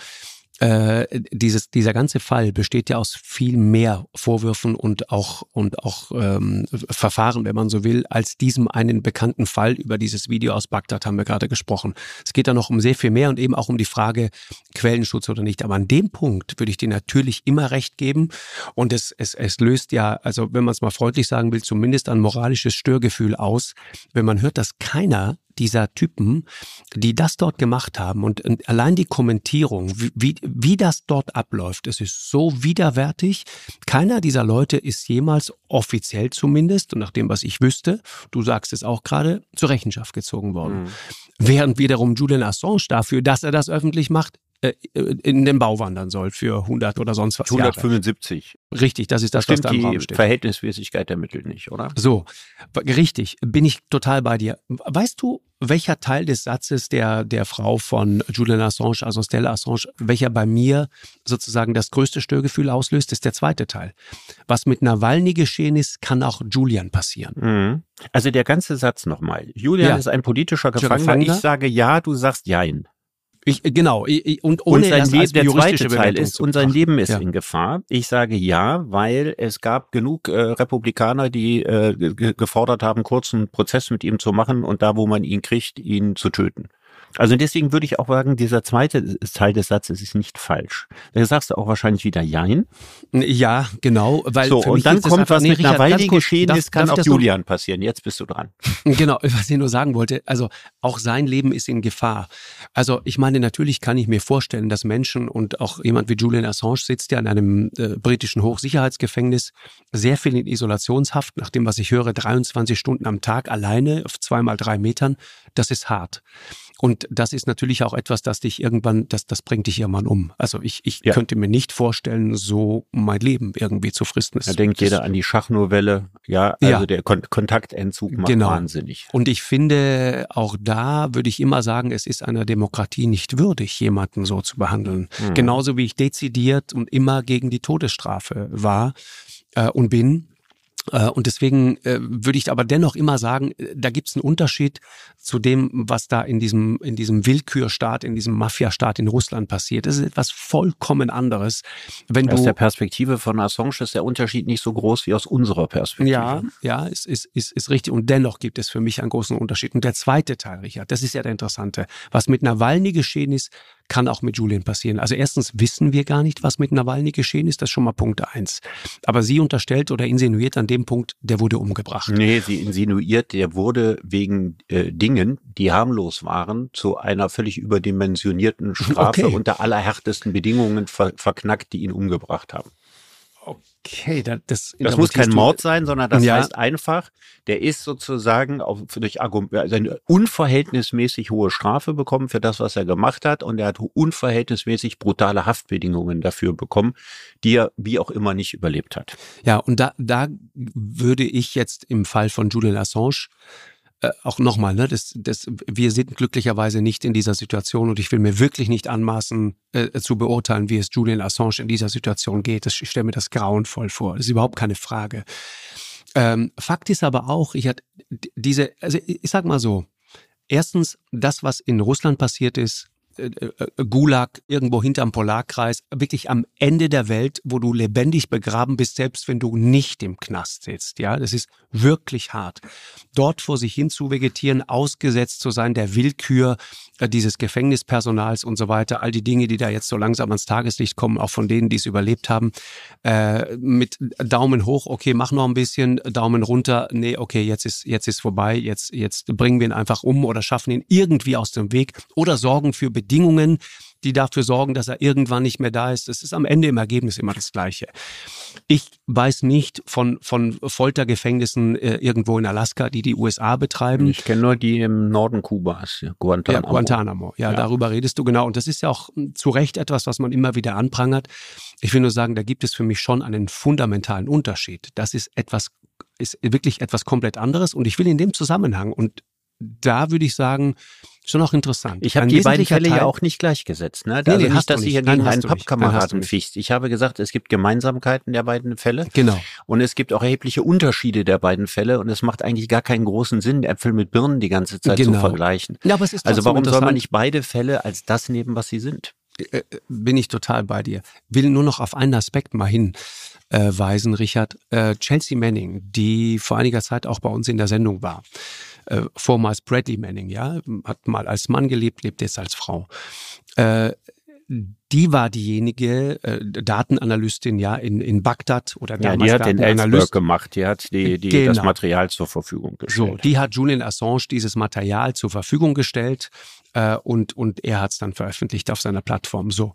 Dieser ganze Fall besteht ja aus viel mehr Vorwürfen und auch Verfahren, wenn man so will, als diesem einen bekannten Fall. Über dieses Video aus Bagdad haben wir gerade gesprochen. Es geht da noch um sehr viel mehr und eben auch um die Frage Quellenschutz oder nicht. Aber an dem Punkt würde ich dir natürlich immer recht geben. Und es löst ja, also wenn man es mal freundlich sagen will, zumindest ein moralisches Störgefühl aus, wenn man hört, dass keiner dieser Typen, die das dort gemacht haben und allein die Kommentierung, wie das dort abläuft, es ist so widerwärtig. Keiner dieser Leute ist jemals offiziell zumindest, und nach dem, was ich wüsste, du sagst es auch gerade, zur Rechenschaft gezogen worden. Während wiederum Julian Assange dafür, dass er das öffentlich macht, in den Bau wandern soll für 100 oder sonst was 175. Jahre. Richtig, das ist das, was da im Raum steht. Die Verhältnismäßigkeit der Mittel nicht, oder? So, richtig, bin ich total bei dir. Weißt du, welcher Teil des Satzes der Frau von Julian Assange, also Stella Assange, welcher bei mir sozusagen das größte Störgefühl auslöst, ist der zweite Teil. Was mit Nawalny geschehen ist, kann auch Julian passieren. Also der ganze Satz nochmal. Julian ist ein politischer Gefangener. Ich sage ja, du sagst jein. Genau, und ohne sein das als der juristische zweite Teil Bewertung ist, zu und sein betrachten. Leben ist in Gefahr. Ich sage ja, weil es gab genug Republikaner, die gefordert haben, kurzen Prozess mit ihm zu machen und da, wo man ihn kriegt, ihn zu töten. Also deswegen würde ich auch sagen, dieser zweite Teil des Satzes ist nicht falsch. Da sagst du auch wahrscheinlich wieder Jein. Ja, genau. Weil So, für und mich dann ist es kommt, einfach, was mit Richard, Nawalny ganz kurz, geschehen ist, kann darf ich auch das noch- Julian passieren. Jetzt bist du dran. Genau, was ich nur sagen wollte, also auch sein Leben ist in Gefahr. Also ich meine, natürlich kann ich mir vorstellen, dass Menschen und auch jemand wie Julian Assange sitzt ja in einem britischen Hochsicherheitsgefängnis, sehr viel in Isolationshaft, nach dem, was ich höre, 23 Stunden am Tag alleine auf 2x3 Metern, das ist hart. Und das ist natürlich auch etwas, das dich irgendwann, das bringt dich irgendwann um. Also ich könnte mir nicht vorstellen, so mein Leben irgendwie zu fristen. Da denkt jeder an die Schachnovelle. Ja, also der Kontaktentzug macht wahnsinnig. Und ich finde, auch da würde ich immer sagen, es ist einer Demokratie nicht würdig, jemanden so zu behandeln. Genauso wie ich dezidiert und immer gegen die Todesstrafe war und bin. Und deswegen würde ich aber dennoch immer sagen, da gibt es einen Unterschied zu dem, was da in diesem Willkürstaat, in diesem Mafiastaat in Russland passiert. Das ist etwas vollkommen anderes. Aus der Perspektive von Assange ist der Unterschied nicht so groß wie aus unserer Perspektive. Ja, ist richtig. Und dennoch gibt es für mich einen großen Unterschied. Und der zweite Teil, Richard, das ist ja der interessante. Was mit Nawalny geschehen ist, kann auch mit Julian passieren. Also erstens wissen wir gar nicht, was mit Nawalny geschehen ist. Das ist schon mal Punkt 1. Aber sie unterstellt oder insinuiert an dem Punkt, der wurde umgebracht. Nee, sie insinuiert, der wurde wegen Dingen, die harmlos waren, zu einer völlig überdimensionierten Strafe unter allerhärtesten Bedingungen verknackt, die ihn umgebracht haben. Okay, das muss kein Mord sein, sondern das heißt einfach, der ist sozusagen durch eine unverhältnismäßig hohe Strafe bekommen für das, was er gemacht hat, und er hat unverhältnismäßig brutale Haftbedingungen dafür bekommen, die er wie auch immer nicht überlebt hat. Ja, und da würde ich jetzt im Fall von Julian Assange auch nochmal, ne, wir sind glücklicherweise nicht in dieser Situation und ich will mir wirklich nicht anmaßen, zu beurteilen, wie es Julian Assange in dieser Situation geht. Ich stelle mir das grauenvoll vor. Das ist überhaupt keine Frage. Fakt ist aber auch, ich sag mal so, erstens, das, was in Russland passiert ist, Gulag, irgendwo hinterm Polarkreis, wirklich am Ende der Welt, wo du lebendig begraben bist, selbst wenn du nicht im Knast sitzt. Ja, das ist wirklich hart. Dort vor sich hin zu vegetieren, ausgesetzt zu sein, der Willkür dieses Gefängnispersonals und so weiter, all die Dinge, die da jetzt so langsam ans Tageslicht kommen, auch von denen, die es überlebt haben, mit Daumen hoch, okay, mach noch ein bisschen, Daumen runter, nee, okay, jetzt ist vorbei, jetzt bringen wir ihn einfach um oder schaffen ihn irgendwie aus dem Weg oder sorgen für Bedingungen, die dafür sorgen, dass er irgendwann nicht mehr da ist. Das ist am Ende im Ergebnis immer das Gleiche. Ich weiß nicht von Foltergefängnissen irgendwo in Alaska, die USA betreiben. Ich kenne nur die im Norden Kubas, Guantanamo. Ja, Guantanamo. Ja, darüber redest du, genau. Und das ist ja auch zu Recht etwas, was man immer wieder anprangert. Ich will nur sagen, da gibt es für mich schon einen fundamentalen Unterschied. Das ist wirklich etwas komplett anderes. Und ich will in dem Zusammenhang, und da würde ich sagen, schon auch interessant. Ich habe die beiden Fälle ja auch nicht gleichgesetzt. Ne? Also nicht, dass du hier gegen einen Pappkameraden fichst. Ich habe gesagt, es gibt Gemeinsamkeiten der beiden Fälle. Genau. Und es gibt auch erhebliche Unterschiede der beiden Fälle. Und es macht eigentlich gar keinen großen Sinn, Äpfel mit Birnen die ganze Zeit zu vergleichen. Ja, aber es ist also warum soll man nicht beide Fälle als das nehmen, was sie sind? Bin ich total bei dir. Will nur noch auf einen Aspekt mal hinweisen, Richard. Chelsea Manning, die vor einiger Zeit auch bei uns in der Sendung war, vormals Bradley Manning, ja, hat mal als Mann gelebt, lebt jetzt als Frau. Die war diejenige Datenanalystin, ja, in Bagdad oder damals. Ja, die hat den Ellsberg gemacht, die hat das Material zur Verfügung gestellt. So, die hat Julian Assange dieses Material zur Verfügung gestellt und er hat es dann veröffentlicht auf seiner Plattform. So.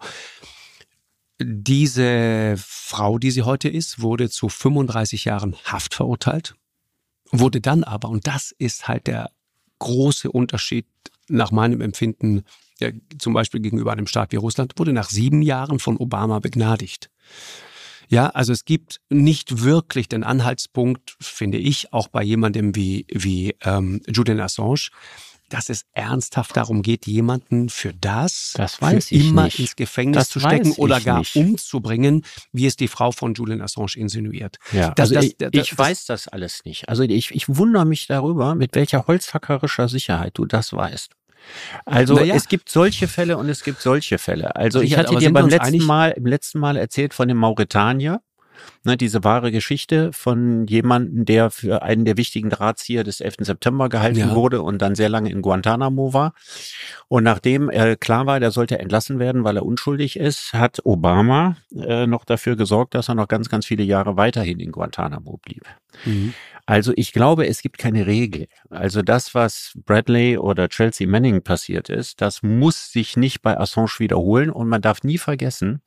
Diese Frau, die sie heute ist, wurde zu 35 Jahren Haft verurteilt, wurde dann aber, und das ist halt der große Unterschied nach meinem Empfinden, zum Beispiel gegenüber einem Staat wie Russland, wurde nach 7 Jahren von Obama begnadigt. Ja, also es gibt nicht wirklich den Anhaltspunkt, finde ich, auch bei jemandem wie Julian Assange, dass es ernsthaft darum geht, jemanden für immer ins Gefängnis zu stecken oder gar umzubringen, wie es die Frau von Julian Assange insinuiert. Ja, ich weiß das alles nicht. Also ich wundere mich darüber, mit welcher holzhackerischer Sicherheit du das weißt. Also es gibt solche Fälle und es gibt solche Fälle. Also ich hatte dir im letzten Mal erzählt von dem Mauretanier. Ne, diese wahre Geschichte von jemandem, der für einen der wichtigen Drahtzieher des 11. September gehalten wurde und dann sehr lange in Guantanamo war. Und nachdem klar war, der sollte entlassen werden, weil er unschuldig ist, hat Obama noch dafür gesorgt, dass er noch ganz, ganz viele Jahre weiterhin in Guantanamo blieb. Mhm. Also ich glaube, es gibt keine Regel. Also das, was Bradley oder Chelsea Manning passiert ist, das muss sich nicht bei Assange wiederholen. Und man darf nie vergessen,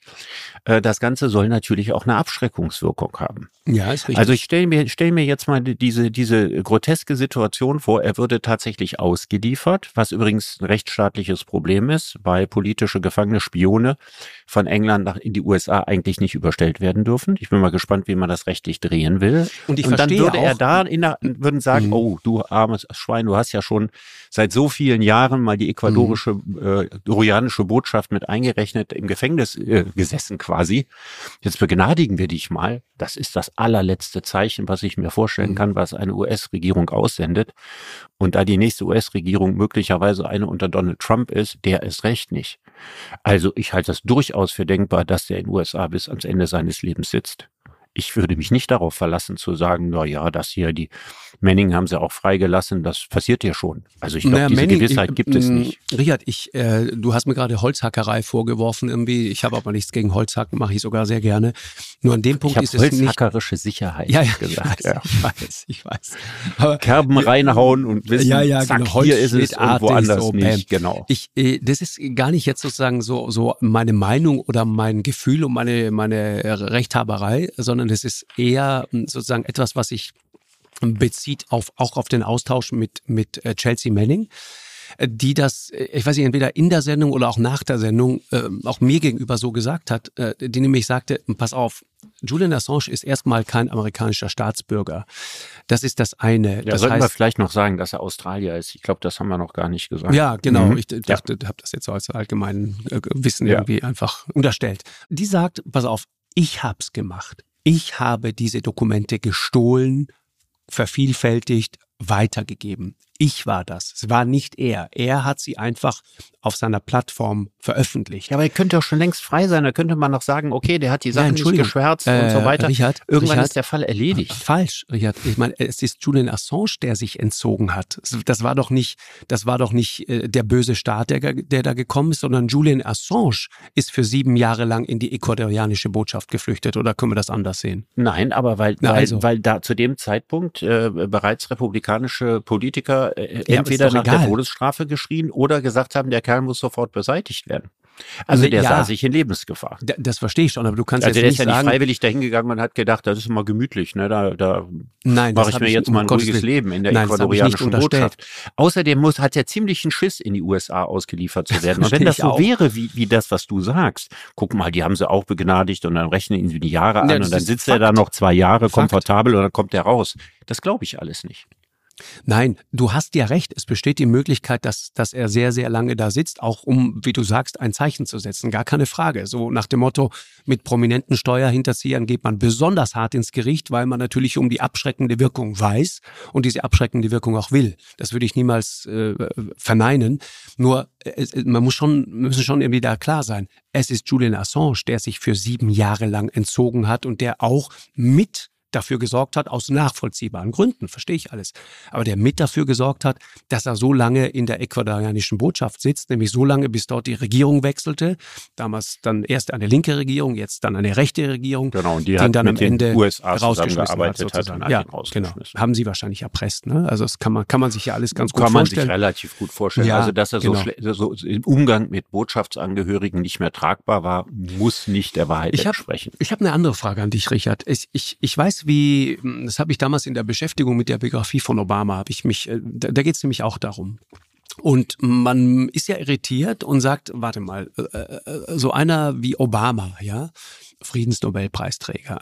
das Ganze soll natürlich auch eine Abschreckungswirkung haben. Ja, ist richtig. Also ich stell mir jetzt mal diese groteske Situation vor, er würde tatsächlich ausgeliefert, was übrigens ein rechtsstaatliches Problem ist, weil politische Gefangene, Spione von England in die USA eigentlich nicht überstellt werden dürfen. Ich bin mal gespannt, wie man das rechtlich drehen will. Und dann würde er da würden sagen, oh, du armes Schwein, du hast ja schon seit so vielen Jahren mal die ecuadorianische Botschaft mit eingerechnet, im Gefängnis gesessen quasi. Jetzt begnadigen wir dich mal. Das ist das allerletzte Zeichen, was ich mir vorstellen kann, was eine US-Regierung aussendet. Und da die nächste US-Regierung möglicherweise eine unter Donald Trump ist, der ist recht nicht. Also ich halte das durchaus für denkbar, dass der in den USA bis ans Ende seines Lebens sitzt. Ich würde mich nicht darauf verlassen zu sagen, na ja, das hier, die Manning haben sie auch freigelassen, das passiert ja schon. Also ich glaube, diese Gewissheit gibt es nicht. Richard, du hast mir gerade Holzhackerei vorgeworfen irgendwie. Ich habe aber nichts gegen Holzhacken, mache ich sogar sehr gerne. Nur an dem Punkt ist es nicht... holzhackerische Sicherheit gesagt. Ich weiß. Aber, Kerben reinhauen und wissen, zack, genau, hier ist es und woanders so, nicht. Genau. Das ist gar nicht jetzt sozusagen so meine Meinung oder mein Gefühl und meine Rechthaberei, sondern das ist eher sozusagen etwas, was sich bezieht auch auf den Austausch mit Chelsea Manning, die das, ich weiß nicht, entweder in der Sendung oder auch nach der Sendung auch mir gegenüber so gesagt hat, die nämlich sagte, pass auf, Julian Assange ist erstmal kein amerikanischer Staatsbürger. Das ist das eine. Ja, das sollten wir vielleicht noch sagen, dass er Australier ist. Ich glaube, das haben wir noch gar nicht gesagt. Ja, genau. Ich dachte, habe das jetzt so als allgemeinen Wissen irgendwie einfach unterstellt. Die sagt, pass auf, ich hab's gemacht. Ich habe diese Dokumente gestohlen, vervielfältigt, weitergegeben. Ich war das. Es war nicht er. Er hat sie einfach auf seiner Plattform veröffentlicht. Ja, aber er könnte auch schon längst frei sein. Da könnte man noch sagen, okay, der hat die Sachen nicht geschwärzt und so weiter. Irgendwann ist der Fall erledigt. Falsch, Richard. Ich meine, es ist Julian Assange, der sich entzogen hat. Das war doch nicht der böse Staat, der da gekommen ist, sondern Julian Assange ist für 7 Jahre lang in die ecuadorianische Botschaft geflüchtet. Oder können wir das anders sehen? Nein, aber weil da zu dem Zeitpunkt bereits republikanische Politiker entweder nach der Todesstrafe geschrien oder gesagt haben, der Kerl muss sofort beseitigt werden. Also der sah sich in Lebensgefahr. Das verstehe ich schon, aber du kannst jetzt nicht sagen... Also der ist ja nicht freiwillig dahin gegangen und hat gedacht, das ist immer gemütlich, ne? Da mache ich mir jetzt mal ein ruhiges Leben in der ecuadorianischen Botschaft. Außerdem hat er ziemlichen Schiss, in die USA ausgeliefert zu werden. Und wenn das so wäre, wie das, was du sagst, guck mal, die haben sie auch begnadigt und dann rechnen ihn die Jahre an und dann sitzt er da noch 2 Jahre komfortabel und dann kommt er raus. Das glaube ich alles nicht. Nein, du hast ja recht. Es besteht die Möglichkeit, dass er sehr, sehr lange da sitzt, auch um, wie du sagst, ein Zeichen zu setzen. Gar keine Frage. So nach dem Motto, mit prominenten Steuerhinterziehern geht man besonders hart ins Gericht, weil man natürlich um die abschreckende Wirkung weiß und diese abschreckende Wirkung auch will. Das würde ich niemals verneinen. Nur, müssen schon irgendwie da klar sein. Es ist Julian Assange, der sich für 7 Jahre lang entzogen hat und der auch mit dafür gesorgt hat, aus nachvollziehbaren Gründen, verstehe ich alles, aber der mit dafür gesorgt hat, dass er so lange in der ecuadorianischen Botschaft sitzt, nämlich so lange, bis dort die Regierung wechselte, damals dann erst eine linke Regierung, jetzt dann eine rechte Regierung, genau, und die hat dann mit am Ende den USA zusammengearbeitet hat. Ja, genau. Haben sie wahrscheinlich erpresst, ne? Also das kann man sich ja alles ganz gut vorstellen. Kann man sich relativ gut vorstellen. Ja, also dass er so im Umgang mit Botschaftsangehörigen nicht mehr tragbar war, muss nicht der Wahrheit entsprechen. Ich habe eine andere Frage an dich, Richard. Ich weiß, das habe ich damals in der Beschäftigung mit der Biografie von Obama, da geht es nämlich auch darum. Und man ist ja irritiert und sagt, warte mal, so einer wie Obama, ja, Friedensnobelpreisträger,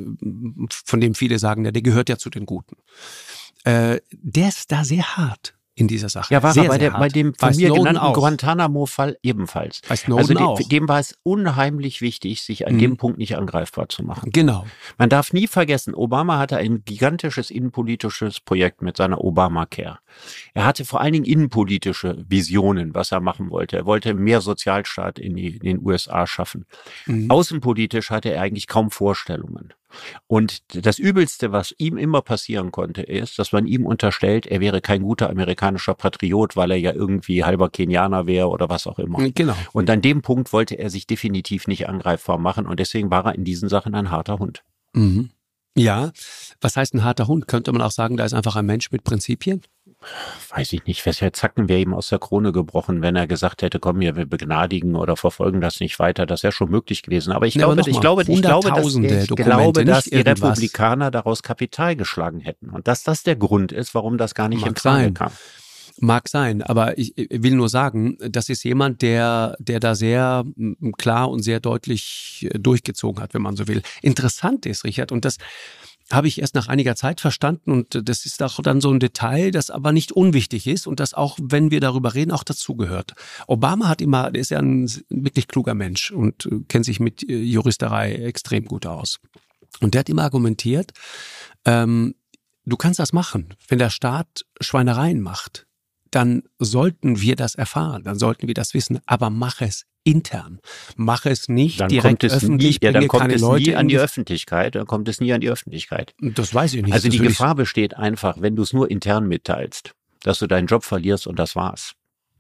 einen, von dem viele sagen, der gehört ja zu den Guten. Der ist da sehr hart. in dieser Sache. Ja, war sehr, er bei dem von mir genannten Guantanamo-Fall ebenfalls. Bei Snowden also dem war es unheimlich wichtig, sich an dem Punkt nicht angreifbar zu machen. Genau. Man darf nie vergessen, Obama hatte ein gigantisches innenpolitisches Projekt mit seiner Obamacare. Er hatte vor allen Dingen innenpolitische Visionen, was er machen wollte. Er wollte mehr Sozialstaat in den USA schaffen. Außenpolitisch hatte er eigentlich kaum Vorstellungen. Und das Übelste, was ihm immer passieren konnte, ist, dass man ihm unterstellt, er wäre kein guter amerikanischer Patriot, weil er ja irgendwie halber Kenianer wäre oder was auch immer. Genau. Und an dem Punkt wollte er sich definitiv nicht angreifbar machen und deswegen war er in diesen Sachen ein harter Hund. Mhm. Ja, was heißt ein harter Hund? Könnte man auch sagen, da ist einfach ein Mensch mit Prinzipien? Weiß ich nicht, welcher Zacken wäre ihm aus der Krone gebrochen, wenn er gesagt hätte, komm, wir begnadigen oder verfolgen das nicht weiter. Das wäre schon möglich gewesen. Aber ich glaube, dass die Republikaner daraus Kapital geschlagen hätten und dass das der Grund ist, warum das gar nicht in Frage kam. Mag sein, aber ich will nur sagen, das ist jemand, der da sehr klar und sehr deutlich durchgezogen hat, wenn man so will. Interessant ist, Richard, und das habe ich erst nach einiger Zeit verstanden und das ist auch dann so ein Detail, das aber nicht unwichtig ist und das auch, wenn wir darüber reden, auch dazugehört. Obama der ist ja ein wirklich kluger Mensch und kennt sich mit Juristerei extrem gut aus. Und der hat immer argumentiert, du kannst das machen, wenn der Staat Schweinereien macht. Dann sollten wir das erfahren, dann sollten wir das wissen, aber mach es intern. Mach es nicht dann direkt öffentlich. Dann kommt es nie an die Öffentlichkeit. Dann kommt es nie an die Öffentlichkeit. Das weiß ich nicht. Also die Gefahr besteht einfach, wenn du es nur intern mitteilst, dass du deinen Job verlierst und das war's.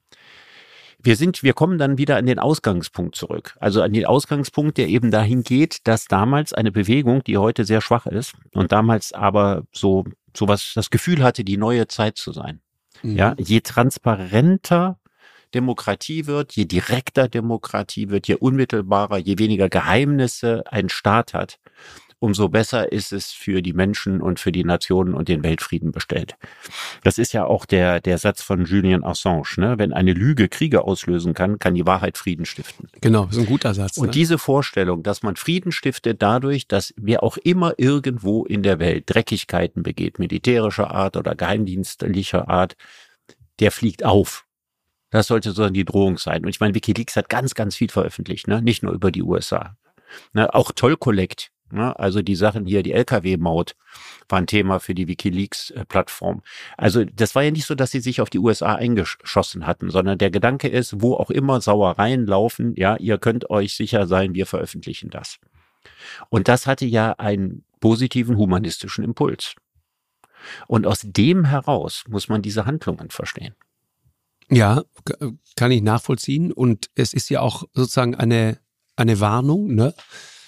Wir kommen dann wieder an den Ausgangspunkt zurück. Also an den Ausgangspunkt, der eben dahin geht, dass damals eine Bewegung, die heute sehr schwach ist und damals aber so was das Gefühl hatte, die neue Zeit zu sein. Ja, je transparenter Demokratie wird, je direkter Demokratie wird, je unmittelbarer, je weniger Geheimnisse ein Staat hat, umso besser ist es für die Menschen und für die Nationen und den Weltfrieden bestellt. Das ist ja auch der Satz von Julian Assange, ne? Wenn eine Lüge Kriege auslösen kann, kann die Wahrheit Frieden stiften. Genau, das ist ein guter Satz. Und diese Vorstellung, dass man Frieden stiftet dadurch, dass wer auch immer irgendwo in der Welt Dreckigkeiten begeht, militärischer Art oder geheimdienstlicher Art, der fliegt auf. Das sollte so die Drohung sein. Und ich meine, WikiLeaks hat ganz, ganz viel veröffentlicht, ne? Nicht nur über die USA. Ne? Auch Toll-Collect, ne? Also die Sachen hier, die LKW-Maut war ein Thema für die WikiLeaks-Plattform. Also das war ja nicht so, dass sie sich auf die USA eingeschossen hatten, sondern der Gedanke ist, wo auch immer Sauereien laufen, ja, ihr könnt euch sicher sein, wir veröffentlichen das. Und das hatte ja einen positiven humanistischen Impuls. Und aus dem heraus muss man diese Handlungen verstehen. Ja, kann ich nachvollziehen. Und es ist ja auch sozusagen eine Warnung, ne?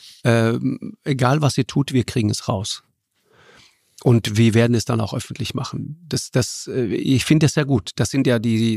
Egal was ihr tut, wir kriegen es raus. Und wir werden es dann auch öffentlich machen. Ich finde das sehr gut. Das sind ja das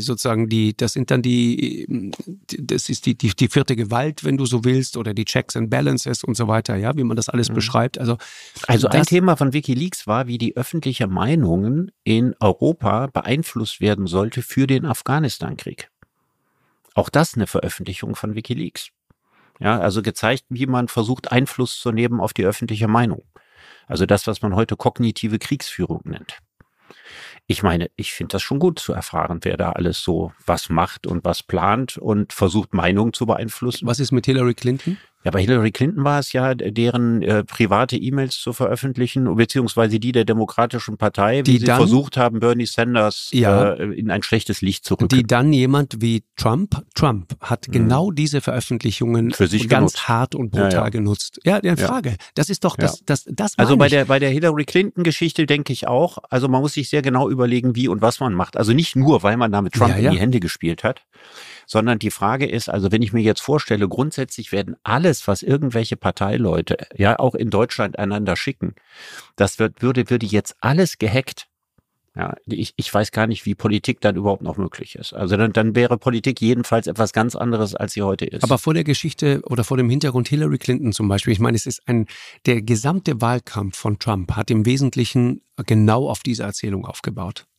ist die vierte Gewalt, wenn du so willst, oder die Checks and Balances und so weiter, ja, wie man das alles beschreibt. Also ein Thema von WikiLeaks war, wie die öffentliche Meinung in Europa beeinflusst werden sollte für den Afghanistan-Krieg. Auch das eine Veröffentlichung von WikiLeaks. Ja, also gezeigt, wie man versucht, Einfluss zu nehmen auf die öffentliche Meinung. Also das, was man heute kognitive Kriegsführung nennt. Ich meine, ich finde das schon gut zu erfahren, wer da alles so was macht und was plant und versucht, Meinungen zu beeinflussen. Was ist mit Hillary Clinton? Ja, bei Hillary Clinton war es ja, deren private E-Mails zu veröffentlichen, beziehungsweise die der Demokratischen Partei, wie sie versucht haben, Bernie Sanders in ein schlechtes Licht zu rücken. Die dann jemand wie Trump hat genau diese Veröffentlichungen für sich ganz genutzt. Hart und brutal genutzt. Ja, die Frage. Das ist doch das Also bei der Hillary Clinton-Geschichte denke ich auch, also man muss sich sehr genau überlegen, wie und was man macht. Also nicht nur, weil man da mit Trump in die Hände gespielt hat, sondern die Frage ist, also wenn ich mir jetzt vorstelle, grundsätzlich werden alles, was irgendwelche Parteileute, ja auch in Deutschland einander schicken, das würde jetzt alles gehackt. Ja, ich weiß gar nicht, wie Politik dann überhaupt noch möglich ist. Also dann wäre Politik jedenfalls etwas ganz anderes, als sie heute ist. Aber vor der Geschichte oder vor dem Hintergrund Hillary Clinton zum Beispiel, ich meine, es ist der gesamte Wahlkampf von Trump hat im Wesentlichen genau auf diese Erzählung aufgebaut.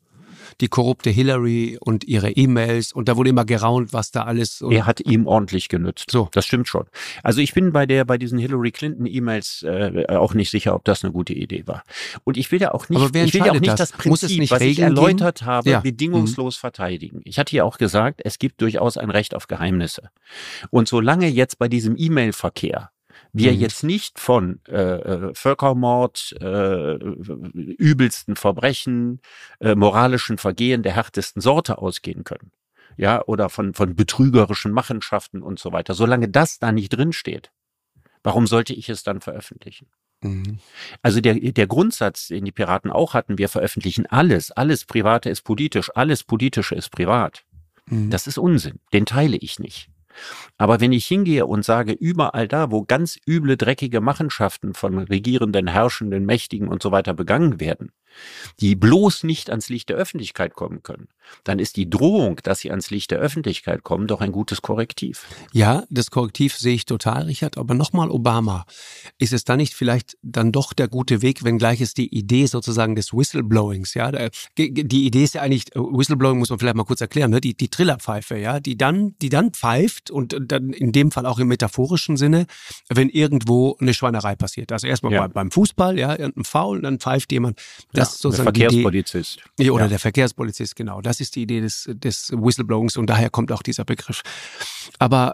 die korrupte Hillary und ihre E-Mails und da wurde immer geraunt, was da alles. Er hat ihm ordentlich genützt. So. Das stimmt schon. Also ich bin bei diesen Hillary Clinton E-Mails auch nicht sicher, ob das eine gute Idee war. Und ich will ja auch nicht, Aber wer entscheidet das Prinzip, Muss es nicht was ich Regeln erläutert habe, Ja. bedingungslos verteidigen. Ich hatte ja auch gesagt, es gibt durchaus ein Recht auf Geheimnisse. Und solange jetzt bei diesem E-Mail-Verkehr wir jetzt nicht von Völkermord, übelsten Verbrechen, moralischen Vergehen der härtesten Sorte ausgehen können, ja, oder von betrügerischen Machenschaften und so weiter, solange das da nicht drinsteht, warum sollte ich es dann veröffentlichen? Also der Grundsatz, den die Piraten auch hatten, wir veröffentlichen alles Private ist politisch, alles Politische ist privat. Das ist Unsinn, den teile ich nicht. Aber wenn ich hingehe und sage, überall da, wo ganz üble, dreckige Machenschaften von Regierenden, Herrschenden, Mächtigen und so weiter begangen werden, die bloß nicht ans Licht der Öffentlichkeit kommen können, dann ist die Drohung, dass sie ans Licht der Öffentlichkeit kommen, doch ein gutes Korrektiv. Ja, das Korrektiv sehe ich total, Richard. Aber nochmal Obama. Ist es da nicht vielleicht dann doch der gute Weg, wenngleich es die Idee sozusagen des Whistleblowings, ja? Die Idee ist ja eigentlich, Whistleblowing muss man vielleicht mal kurz erklären, ne? Die Trillerpfeife, ja? Die dann pfeift und dann in dem Fall auch im metaphorischen Sinne, wenn irgendwo eine Schweinerei passiert. Also erstmal beim Fußball, ja, irgendein Foul, dann pfeift jemand. Das ist sozusagen der Verkehrspolizist. Die Idee, oder der Verkehrspolizist, genau. Das ist die Idee des Whistleblowings und daher kommt auch dieser Begriff. Aber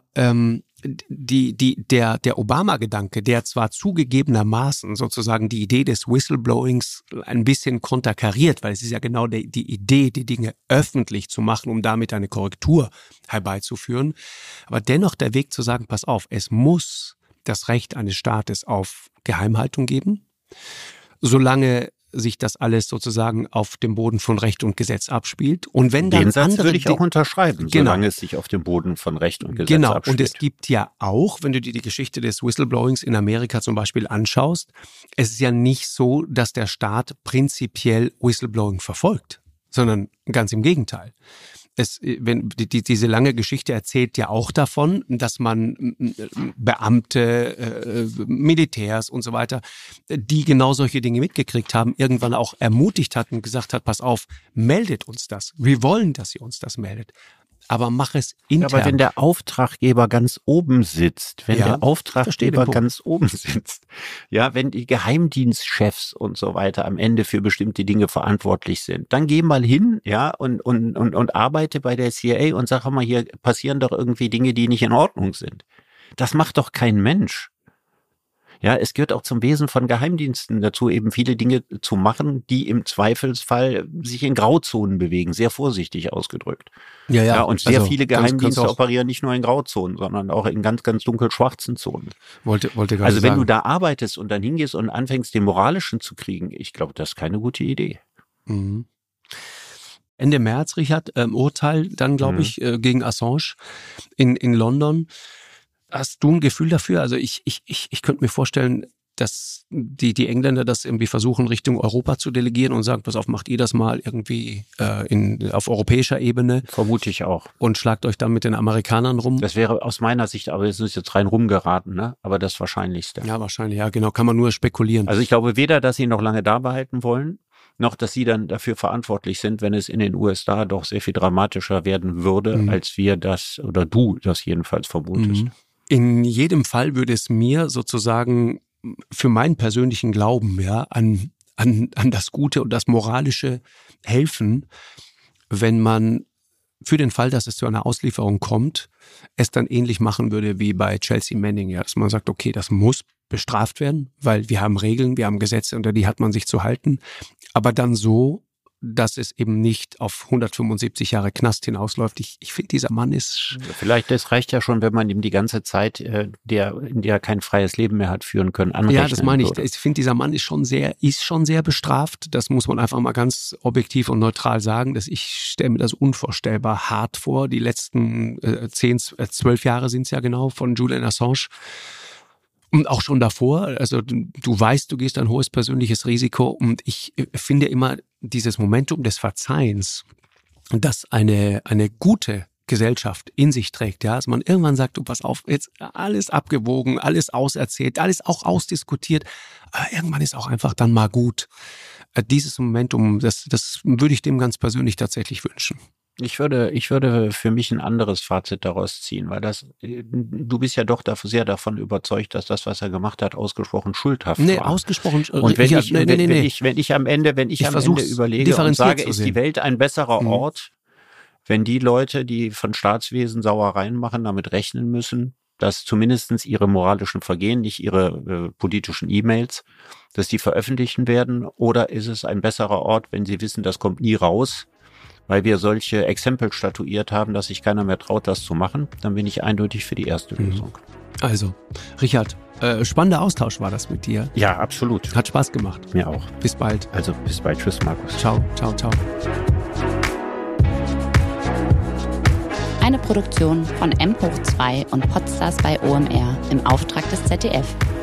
der Obama-Gedanke, der zwar zugegebenermaßen sozusagen die Idee des Whistleblowings ein bisschen konterkariert, weil es ist ja genau die Idee, die Dinge öffentlich zu machen, um damit eine Korrektur herbeizuführen, aber dennoch der Weg zu sagen, pass auf, es muss das Recht eines Staates auf Geheimhaltung geben, solange sich das alles sozusagen auf dem Boden von Recht und Gesetz abspielt. Und wenn dann den Satz andere würde ich auch unterschreiben, genau, solange es sich auf dem Boden von Recht und Gesetz abspielt. Genau, und es gibt ja auch, wenn du dir die Geschichte des Whistleblowings in Amerika zum Beispiel anschaust, es ist ja nicht so, dass der Staat prinzipiell Whistleblowing verfolgt, sondern ganz im Gegenteil. Diese lange Geschichte erzählt ja auch davon, dass man Beamte, Militärs und so weiter, die genau solche Dinge mitgekriegt haben, irgendwann auch ermutigt hat und gesagt hat, pass auf, meldet uns das. Wir wollen, dass ihr uns das meldet. Aber mach es intern. Aber wenn der Auftraggeber ganz oben sitzt, wenn die Geheimdienstchefs und so weiter am Ende für bestimmte Dinge verantwortlich sind, dann geh mal hin, ja, und arbeite bei der CIA und sag mal, hier passieren doch irgendwie Dinge, die nicht in Ordnung sind. Das macht doch kein Mensch. Ja, es gehört auch zum Wesen von Geheimdiensten dazu, eben viele Dinge zu machen, die im Zweifelsfall sich in Grauzonen bewegen, sehr vorsichtig ausgedrückt. Ja, und sehr viele Geheimdienste operieren nicht nur in Grauzonen, sondern auch in ganz, ganz dunkel-schwarzen Zonen. Wollte gerade also wenn sagen. du da arbeitest und dann hingehst und anfängst, den Moralischen zu kriegen, ich glaube, das ist keine gute Idee. Mhm. Ende März, Richard, Urteil dann, glaube ich, gegen Assange in London. Hast du ein Gefühl dafür? Also ich könnte mir vorstellen, dass die Engländer das irgendwie versuchen, Richtung Europa zu delegieren und sagen, pass auf, macht ihr das mal irgendwie auf europäischer Ebene. Vermute ich auch. Und schlagt euch dann mit den Amerikanern rum. Das wäre aus meiner Sicht, aber es ist jetzt rein rumgeraten, ne? Aber das Wahrscheinlichste. Ja, wahrscheinlich, ja, genau, kann man nur spekulieren. Also ich glaube weder, dass sie ihn noch lange da behalten wollen, noch dass sie dann dafür verantwortlich sind, wenn es in den USA doch sehr viel dramatischer werden würde, als wir das, oder du das jedenfalls vermutest. In jedem Fall würde es mir sozusagen für meinen persönlichen Glauben, ja, an das Gute und das Moralische helfen, wenn man für den Fall, dass es zu einer Auslieferung kommt, es dann ähnlich machen würde wie bei Chelsea Manning, ja, dass man sagt, okay, das muss bestraft werden, weil wir haben Regeln, wir haben Gesetze, unter die hat man sich zu halten, aber dann so, dass es eben nicht auf 175 Jahre Knast hinausläuft. Ich finde, dieser Mann ist... Vielleicht, das reicht ja schon, wenn man ihm die ganze Zeit, in der er kein freies Leben mehr hat führen können, anrechnen Ja, das meine ich. würde. Ich finde, dieser Mann ist schon sehr bestraft. Das muss man einfach mal ganz objektiv und neutral sagen. Ich stelle mir das unvorstellbar hart vor. Die letzten 12 Jahre sind es ja genau von Julian Assange. Und auch schon davor, also du weißt, du gehst ein hohes persönliches Risiko und ich finde immer dieses Momentum des Verzeihens, das eine gute Gesellschaft in sich trägt, ja, dass man irgendwann sagt, du pass auf, jetzt alles abgewogen, alles auserzählt, alles auch ausdiskutiert, aber irgendwann ist auch einfach dann mal gut. dieses Momentum, das würde ich dem ganz persönlich tatsächlich wünschen. Ich würde für mich ein anderes Fazit daraus ziehen, weil du bist ja doch sehr davon überzeugt, dass das, was er gemacht hat, ausgesprochen schuldhaft war. Ausgesprochen. Und wenn ich am Ende überlege und sage, ist die Welt ein besserer Ort, wenn die Leute, die von Staatswesen Sauereien machen, damit rechnen müssen, dass zumindest ihre moralischen Vergehen, nicht ihre politischen E-Mails, dass die veröffentlichen werden, oder ist es ein besserer Ort, wenn sie wissen, das kommt nie raus, weil wir solche Exempel statuiert haben, dass sich keiner mehr traut, das zu machen, dann bin ich eindeutig für die erste Lösung. Also, Richard, spannender Austausch war das mit dir. Ja, absolut. Hat Spaß gemacht. Mir auch. Bis bald. Also, bis bald. Tschüss, Markus. Ciao, ciao, ciao. Eine Produktion von M hoch 2 und Podstars bei OMR im Auftrag des ZDF.